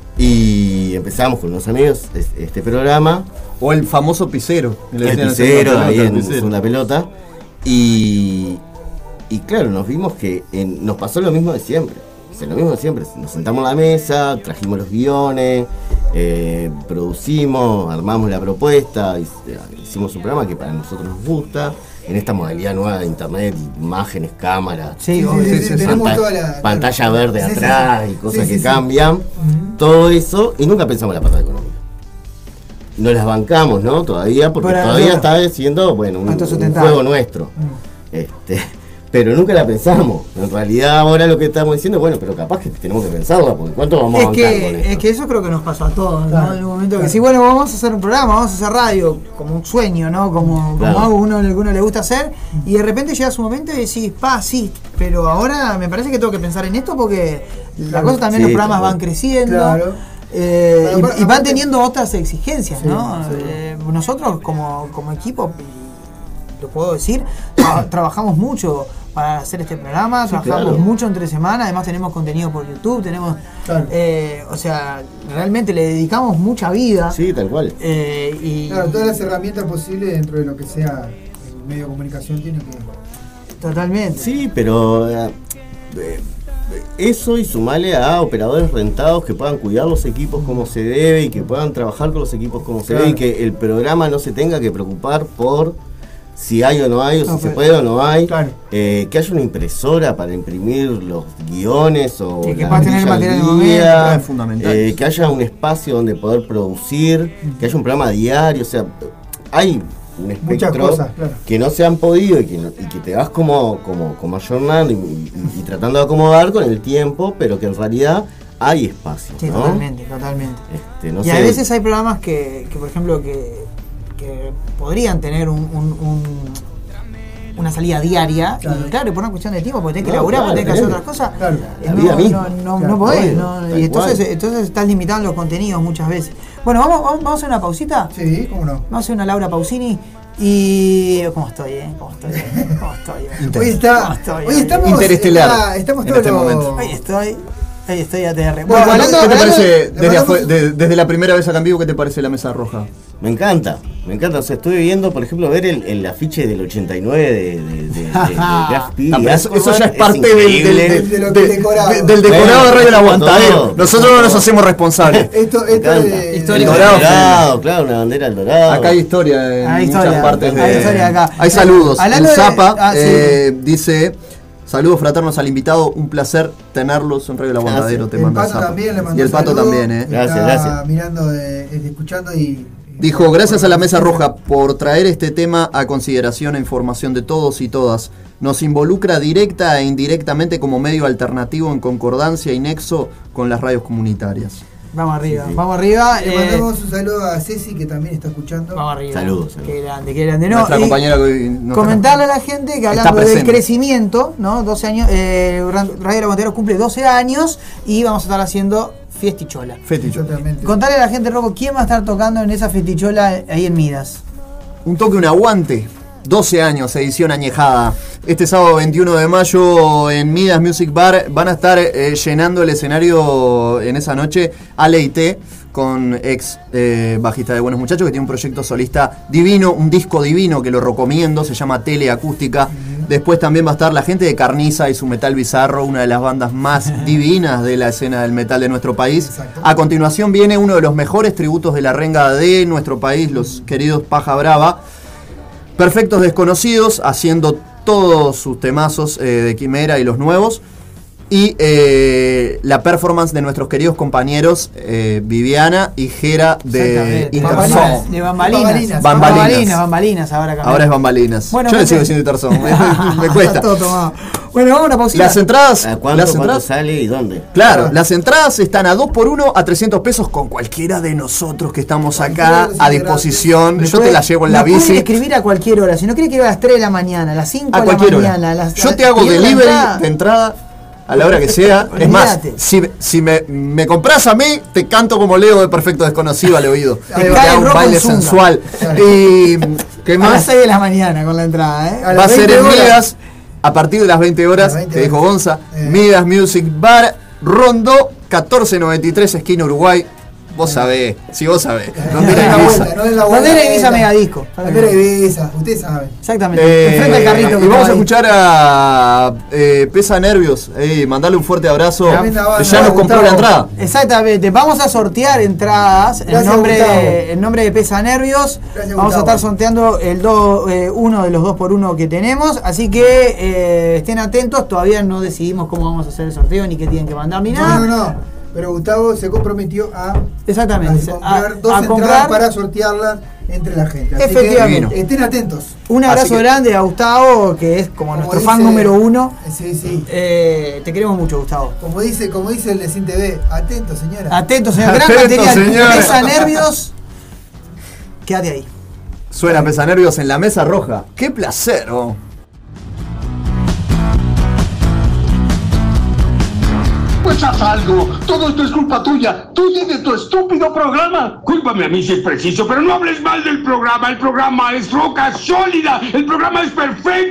Y empezamos con unos amigos es- este programa. O el famoso Picero. Le El decían Picero, segunda pelota, ahí el en Picero. Segunda Pelota. Y, y claro, nos vimos que en- nos pasó lo mismo de siempre. O sea, lo mismo de siempre. Nos sentamos en la mesa, trajimos los guiones, eh, producimos, armamos la propuesta, y, eh, hicimos un programa que para nosotros nos gusta. En esta modalidad nueva de internet, imágenes, cámaras, Sí, Sí, obvio. sí, sí, tenemos panta- toda la- pantalla verde Sí, sí, sí. atrás y cosas Sí, sí, que sí. cambian. Todo eso, y nunca pensamos en la parte económica. No las bancamos, ¿no? Todavía, porque Para todavía nosotros. está siendo, bueno, un, un Autosustentable. juego nuestro. Este, pero nunca la pensamos. En realidad ahora lo que estamos diciendo, bueno, pero capaz que tenemos que pensarla, porque ¿cuánto vamos a Es bancar con que, esto? es que eso creo que nos pasó a todos, Claro, ¿no? En un momento claro. que sí, bueno, vamos a hacer un programa, vamos a hacer radio, como un sueño, ¿no? Como, Claro. como algo uno, que uno le gusta hacer, y de repente llega su momento y decís, pa, sí, pero ahora me parece que tengo que pensar en esto porque la Claro. cosa también, Sí, los programas claro. van creciendo. Claro. eh, Pero y- aparte- y, van teniendo otras exigencias, Sí, ¿no? sí. Eh, nosotros como, como equipo, lo puedo decir, tra- trabajamos mucho para hacer este programa, Sí, trabajamos claro. mucho entre semana, además tenemos contenido por YouTube, tenemos, Claro. eh, o sea, realmente le dedicamos mucha vida. Sí, tal cual. eh, y Claro, todas las herramientas posibles dentro de lo que sea el medio de comunicación tiene que. totalmente. Sí, pero eh, eh, eso y sumarle a operadores rentados que puedan cuidar los equipos como se debe y que puedan trabajar con los equipos como se Claro. debe y que el programa no se tenga que preocupar por si hay o no hay o No, si se pero- puede o no hay. Claro. Eh, que haya una impresora para imprimir los guiones o Y que la puedas tener el grilla material al en el día, momento. Es fundamental. eh, que haya un espacio donde poder producir, que haya un programa diario, o sea, hay un Muchas espectro cosas, claro. que no se han podido y que, no- y que te vas como, como, como ayornando y, y- y tratando de acomodar con el tiempo, pero que en realidad hay espacio, Sí, ¿no? totalmente, totalmente. Este, no y sé, a veces hay programas que, que por ejemplo, que, que podrían tener un, un- un- una salida diaria, Claro. y claro, por una cuestión de tiempo, porque tenés que No, laburar, claro, porque tenés que hacer tenés. otras cosas, Claro. eh, La no, vida no, misma. no, Claro, no podés, obvio, ¿no? tal Y entonces, cual. entonces estás limitando los contenidos muchas veces. Bueno, vamos, vamos, vamos a hacer una pausita. Sí, cómo no. Vamos a hacer una Laura Pausini y. ¿Cómo estoy, eh? ¿Cómo estoy? eh? ¿Cómo estoy? eh? Hoy está. ¿Cómo estoy, Hoy eh? estamos. Interestelar, está- estamos en todos este los- momento. Ahí estoy. Ahí estoy A T R. Bueno, ¿Qué te hablando- parece, le desde, mandamos- afue- de- desde la primera vez acá en vivo, qué te parece la mesa roja? me encanta. Me encanta, o sea, estuve viendo, por ejemplo, ver el, el afiche del ochenta y nueve de, de, de, de, de Graf P. No, pero eso, eso ya es es parte del, del, del, De lo de- que decorado. de- del decorado de Radio El Aguantadero. Nosotros no nos hacemos responsables. Esto, esto es Historia. El Dorado, dorado, claro, una bandera del dorado. Acá hay historia en Hay muchas historia, partes de. hay historia acá. Hay saludos. Hablando El de- Zapa ah, sí. eh, dice: saludos fraternos al invitado, un placer tenerlos en Radio El Aguantadero. Te el manda el Pato Zapa. también le mandó Y el Pato saludo, también, eh. Gracias, está gracias. mirando, eh, escuchando y... Dijo, gracias a la Mesa Roja por traer este tema a consideración e información de todos y todas. Nos involucra directa e indirectamente como medio alternativo en concordancia y nexo con las radios comunitarias. Vamos arriba, vamos arriba. Le eh, mandamos un saludo a Ceci que también está escuchando. Vamos arriba. Saludos, saludos. Qué grande, qué grande. No, Nuestra y compañera que hoy no comentarle a la gente que Está hablando del presente. crecimiento, ¿no? doce años, eh, Radio El Aguantadero cumple doce años y vamos a estar haciendo fiestichola. Feticho. Totalmente. Contarle a la gente, Rocco, ¿quién va a estar tocando en esa fiestichola ahí en Midas? Un toque, un aguante. doce años, edición añejada. Este sábado veintiuno de mayo en Midas Music Bar van a estar eh, llenando el escenario en esa noche Aleite, con ex eh, bajista de Buenos Muchachos, que tiene un proyecto solista divino, un disco divino que lo recomiendo, se llama Teleacústica. Después también va a estar la gente de Carniza y su metal bizarro, una de las bandas más divinas de la escena del metal de nuestro país. A continuación viene uno de los mejores tributos de la renga de nuestro país, los queridos Paja Brava. Perfectos Desconocidos, haciendo todos sus temazos eh, de Quimera y los nuevos. Y eh, la performance de nuestros queridos compañeros eh, Viviana y Jera de Exactamente. Interzón. Bambalinas, de bambalinas. Bambalinas. Bambalinas, bambalinas ahora cambió. Ahora es Bambalinas. Bueno, Yo le gente. sigo diciendo Interzón, me, me cuesta. Todo tomado. Bueno, vamos a una pausita. Las entradas, ¿A cuánto, las cuánto entradas, sale y dónde? claro, las entradas están a dos por uno a trescientos pesos con cualquiera de nosotros que estamos acá a disposición. Yo te la llevo en la Nos pueden bici. escribir a cualquier hora. Si no quiere que a las tres de la mañana, a las cinco A de la cualquier mañana. hora. a las- Yo te hago pidiendo la delivery entrada. de entrada a la hora que sea. Es más, Olvídate. si, si me, me compras a mí, te canto como Leo de Perfecto Desconocido al oído. Te Te cae hago el un rock baile en zunga. sensual. Y ¿qué A las más? seis de la mañana con la entrada, ¿eh? A Va las a ser veinte en horas. Midas a partir de las veinte horas, Las veinte que dijo horas. Gonza. Eh. Midas Music Bar, Rondó, catorce noventa y tres, esquina Uruguay. Vos sabés, si vos sabés. ¿Dónde No es era la Ibiza? vuelta, no es la ¿Dónde vuelta. era Ibiza Megadisco? Bandera Ibiza, ustedes saben. Exactamente. Eh, Enfrente del carrito. que y vamos estaba a ahí. escuchar a eh, Pesa Nervios. Eh, mandarle un fuerte abrazo. Tremenda banda, Ya nos compró Gustavo. la entrada. Exactamente, vamos a sortear entradas en Gracias, nombre, Gustavo. de, en nombre de Pesa Nervios. Gracias, Vamos a Gustavo. estar sorteando el do- eh, uno de los dos por uno que tenemos. Así que eh, estén atentos, todavía no decidimos cómo vamos a hacer el sorteo, ni qué tienen que mandar, ni nada. No, no, no. Pero Gustavo se comprometió a, Exactamente. a comprar A- dos a entradas comprar- para sortearlas entre la gente. Así Efectivamente. que estén atentos. Un abrazo Así que- grande a Gustavo, que es como, Como nuestro dice- fan número uno. Sí, sí. Eh, te queremos mucho, Gustavo. Como dice, como dice el de Cine T V, atento, señora. Atento, señor. Gran Atento, material. señora. Pesa Nervios. Quédate ahí. Suena Pesa Nervios en la mesa roja. ¡Qué placer! Oh. Pues haz algo. Todo esto es culpa tuya. Tú tienes tu estúpido programa. Cúlpame a mí si es preciso, pero no hables mal del programa. El programa es roca sólida. El programa es perfecto.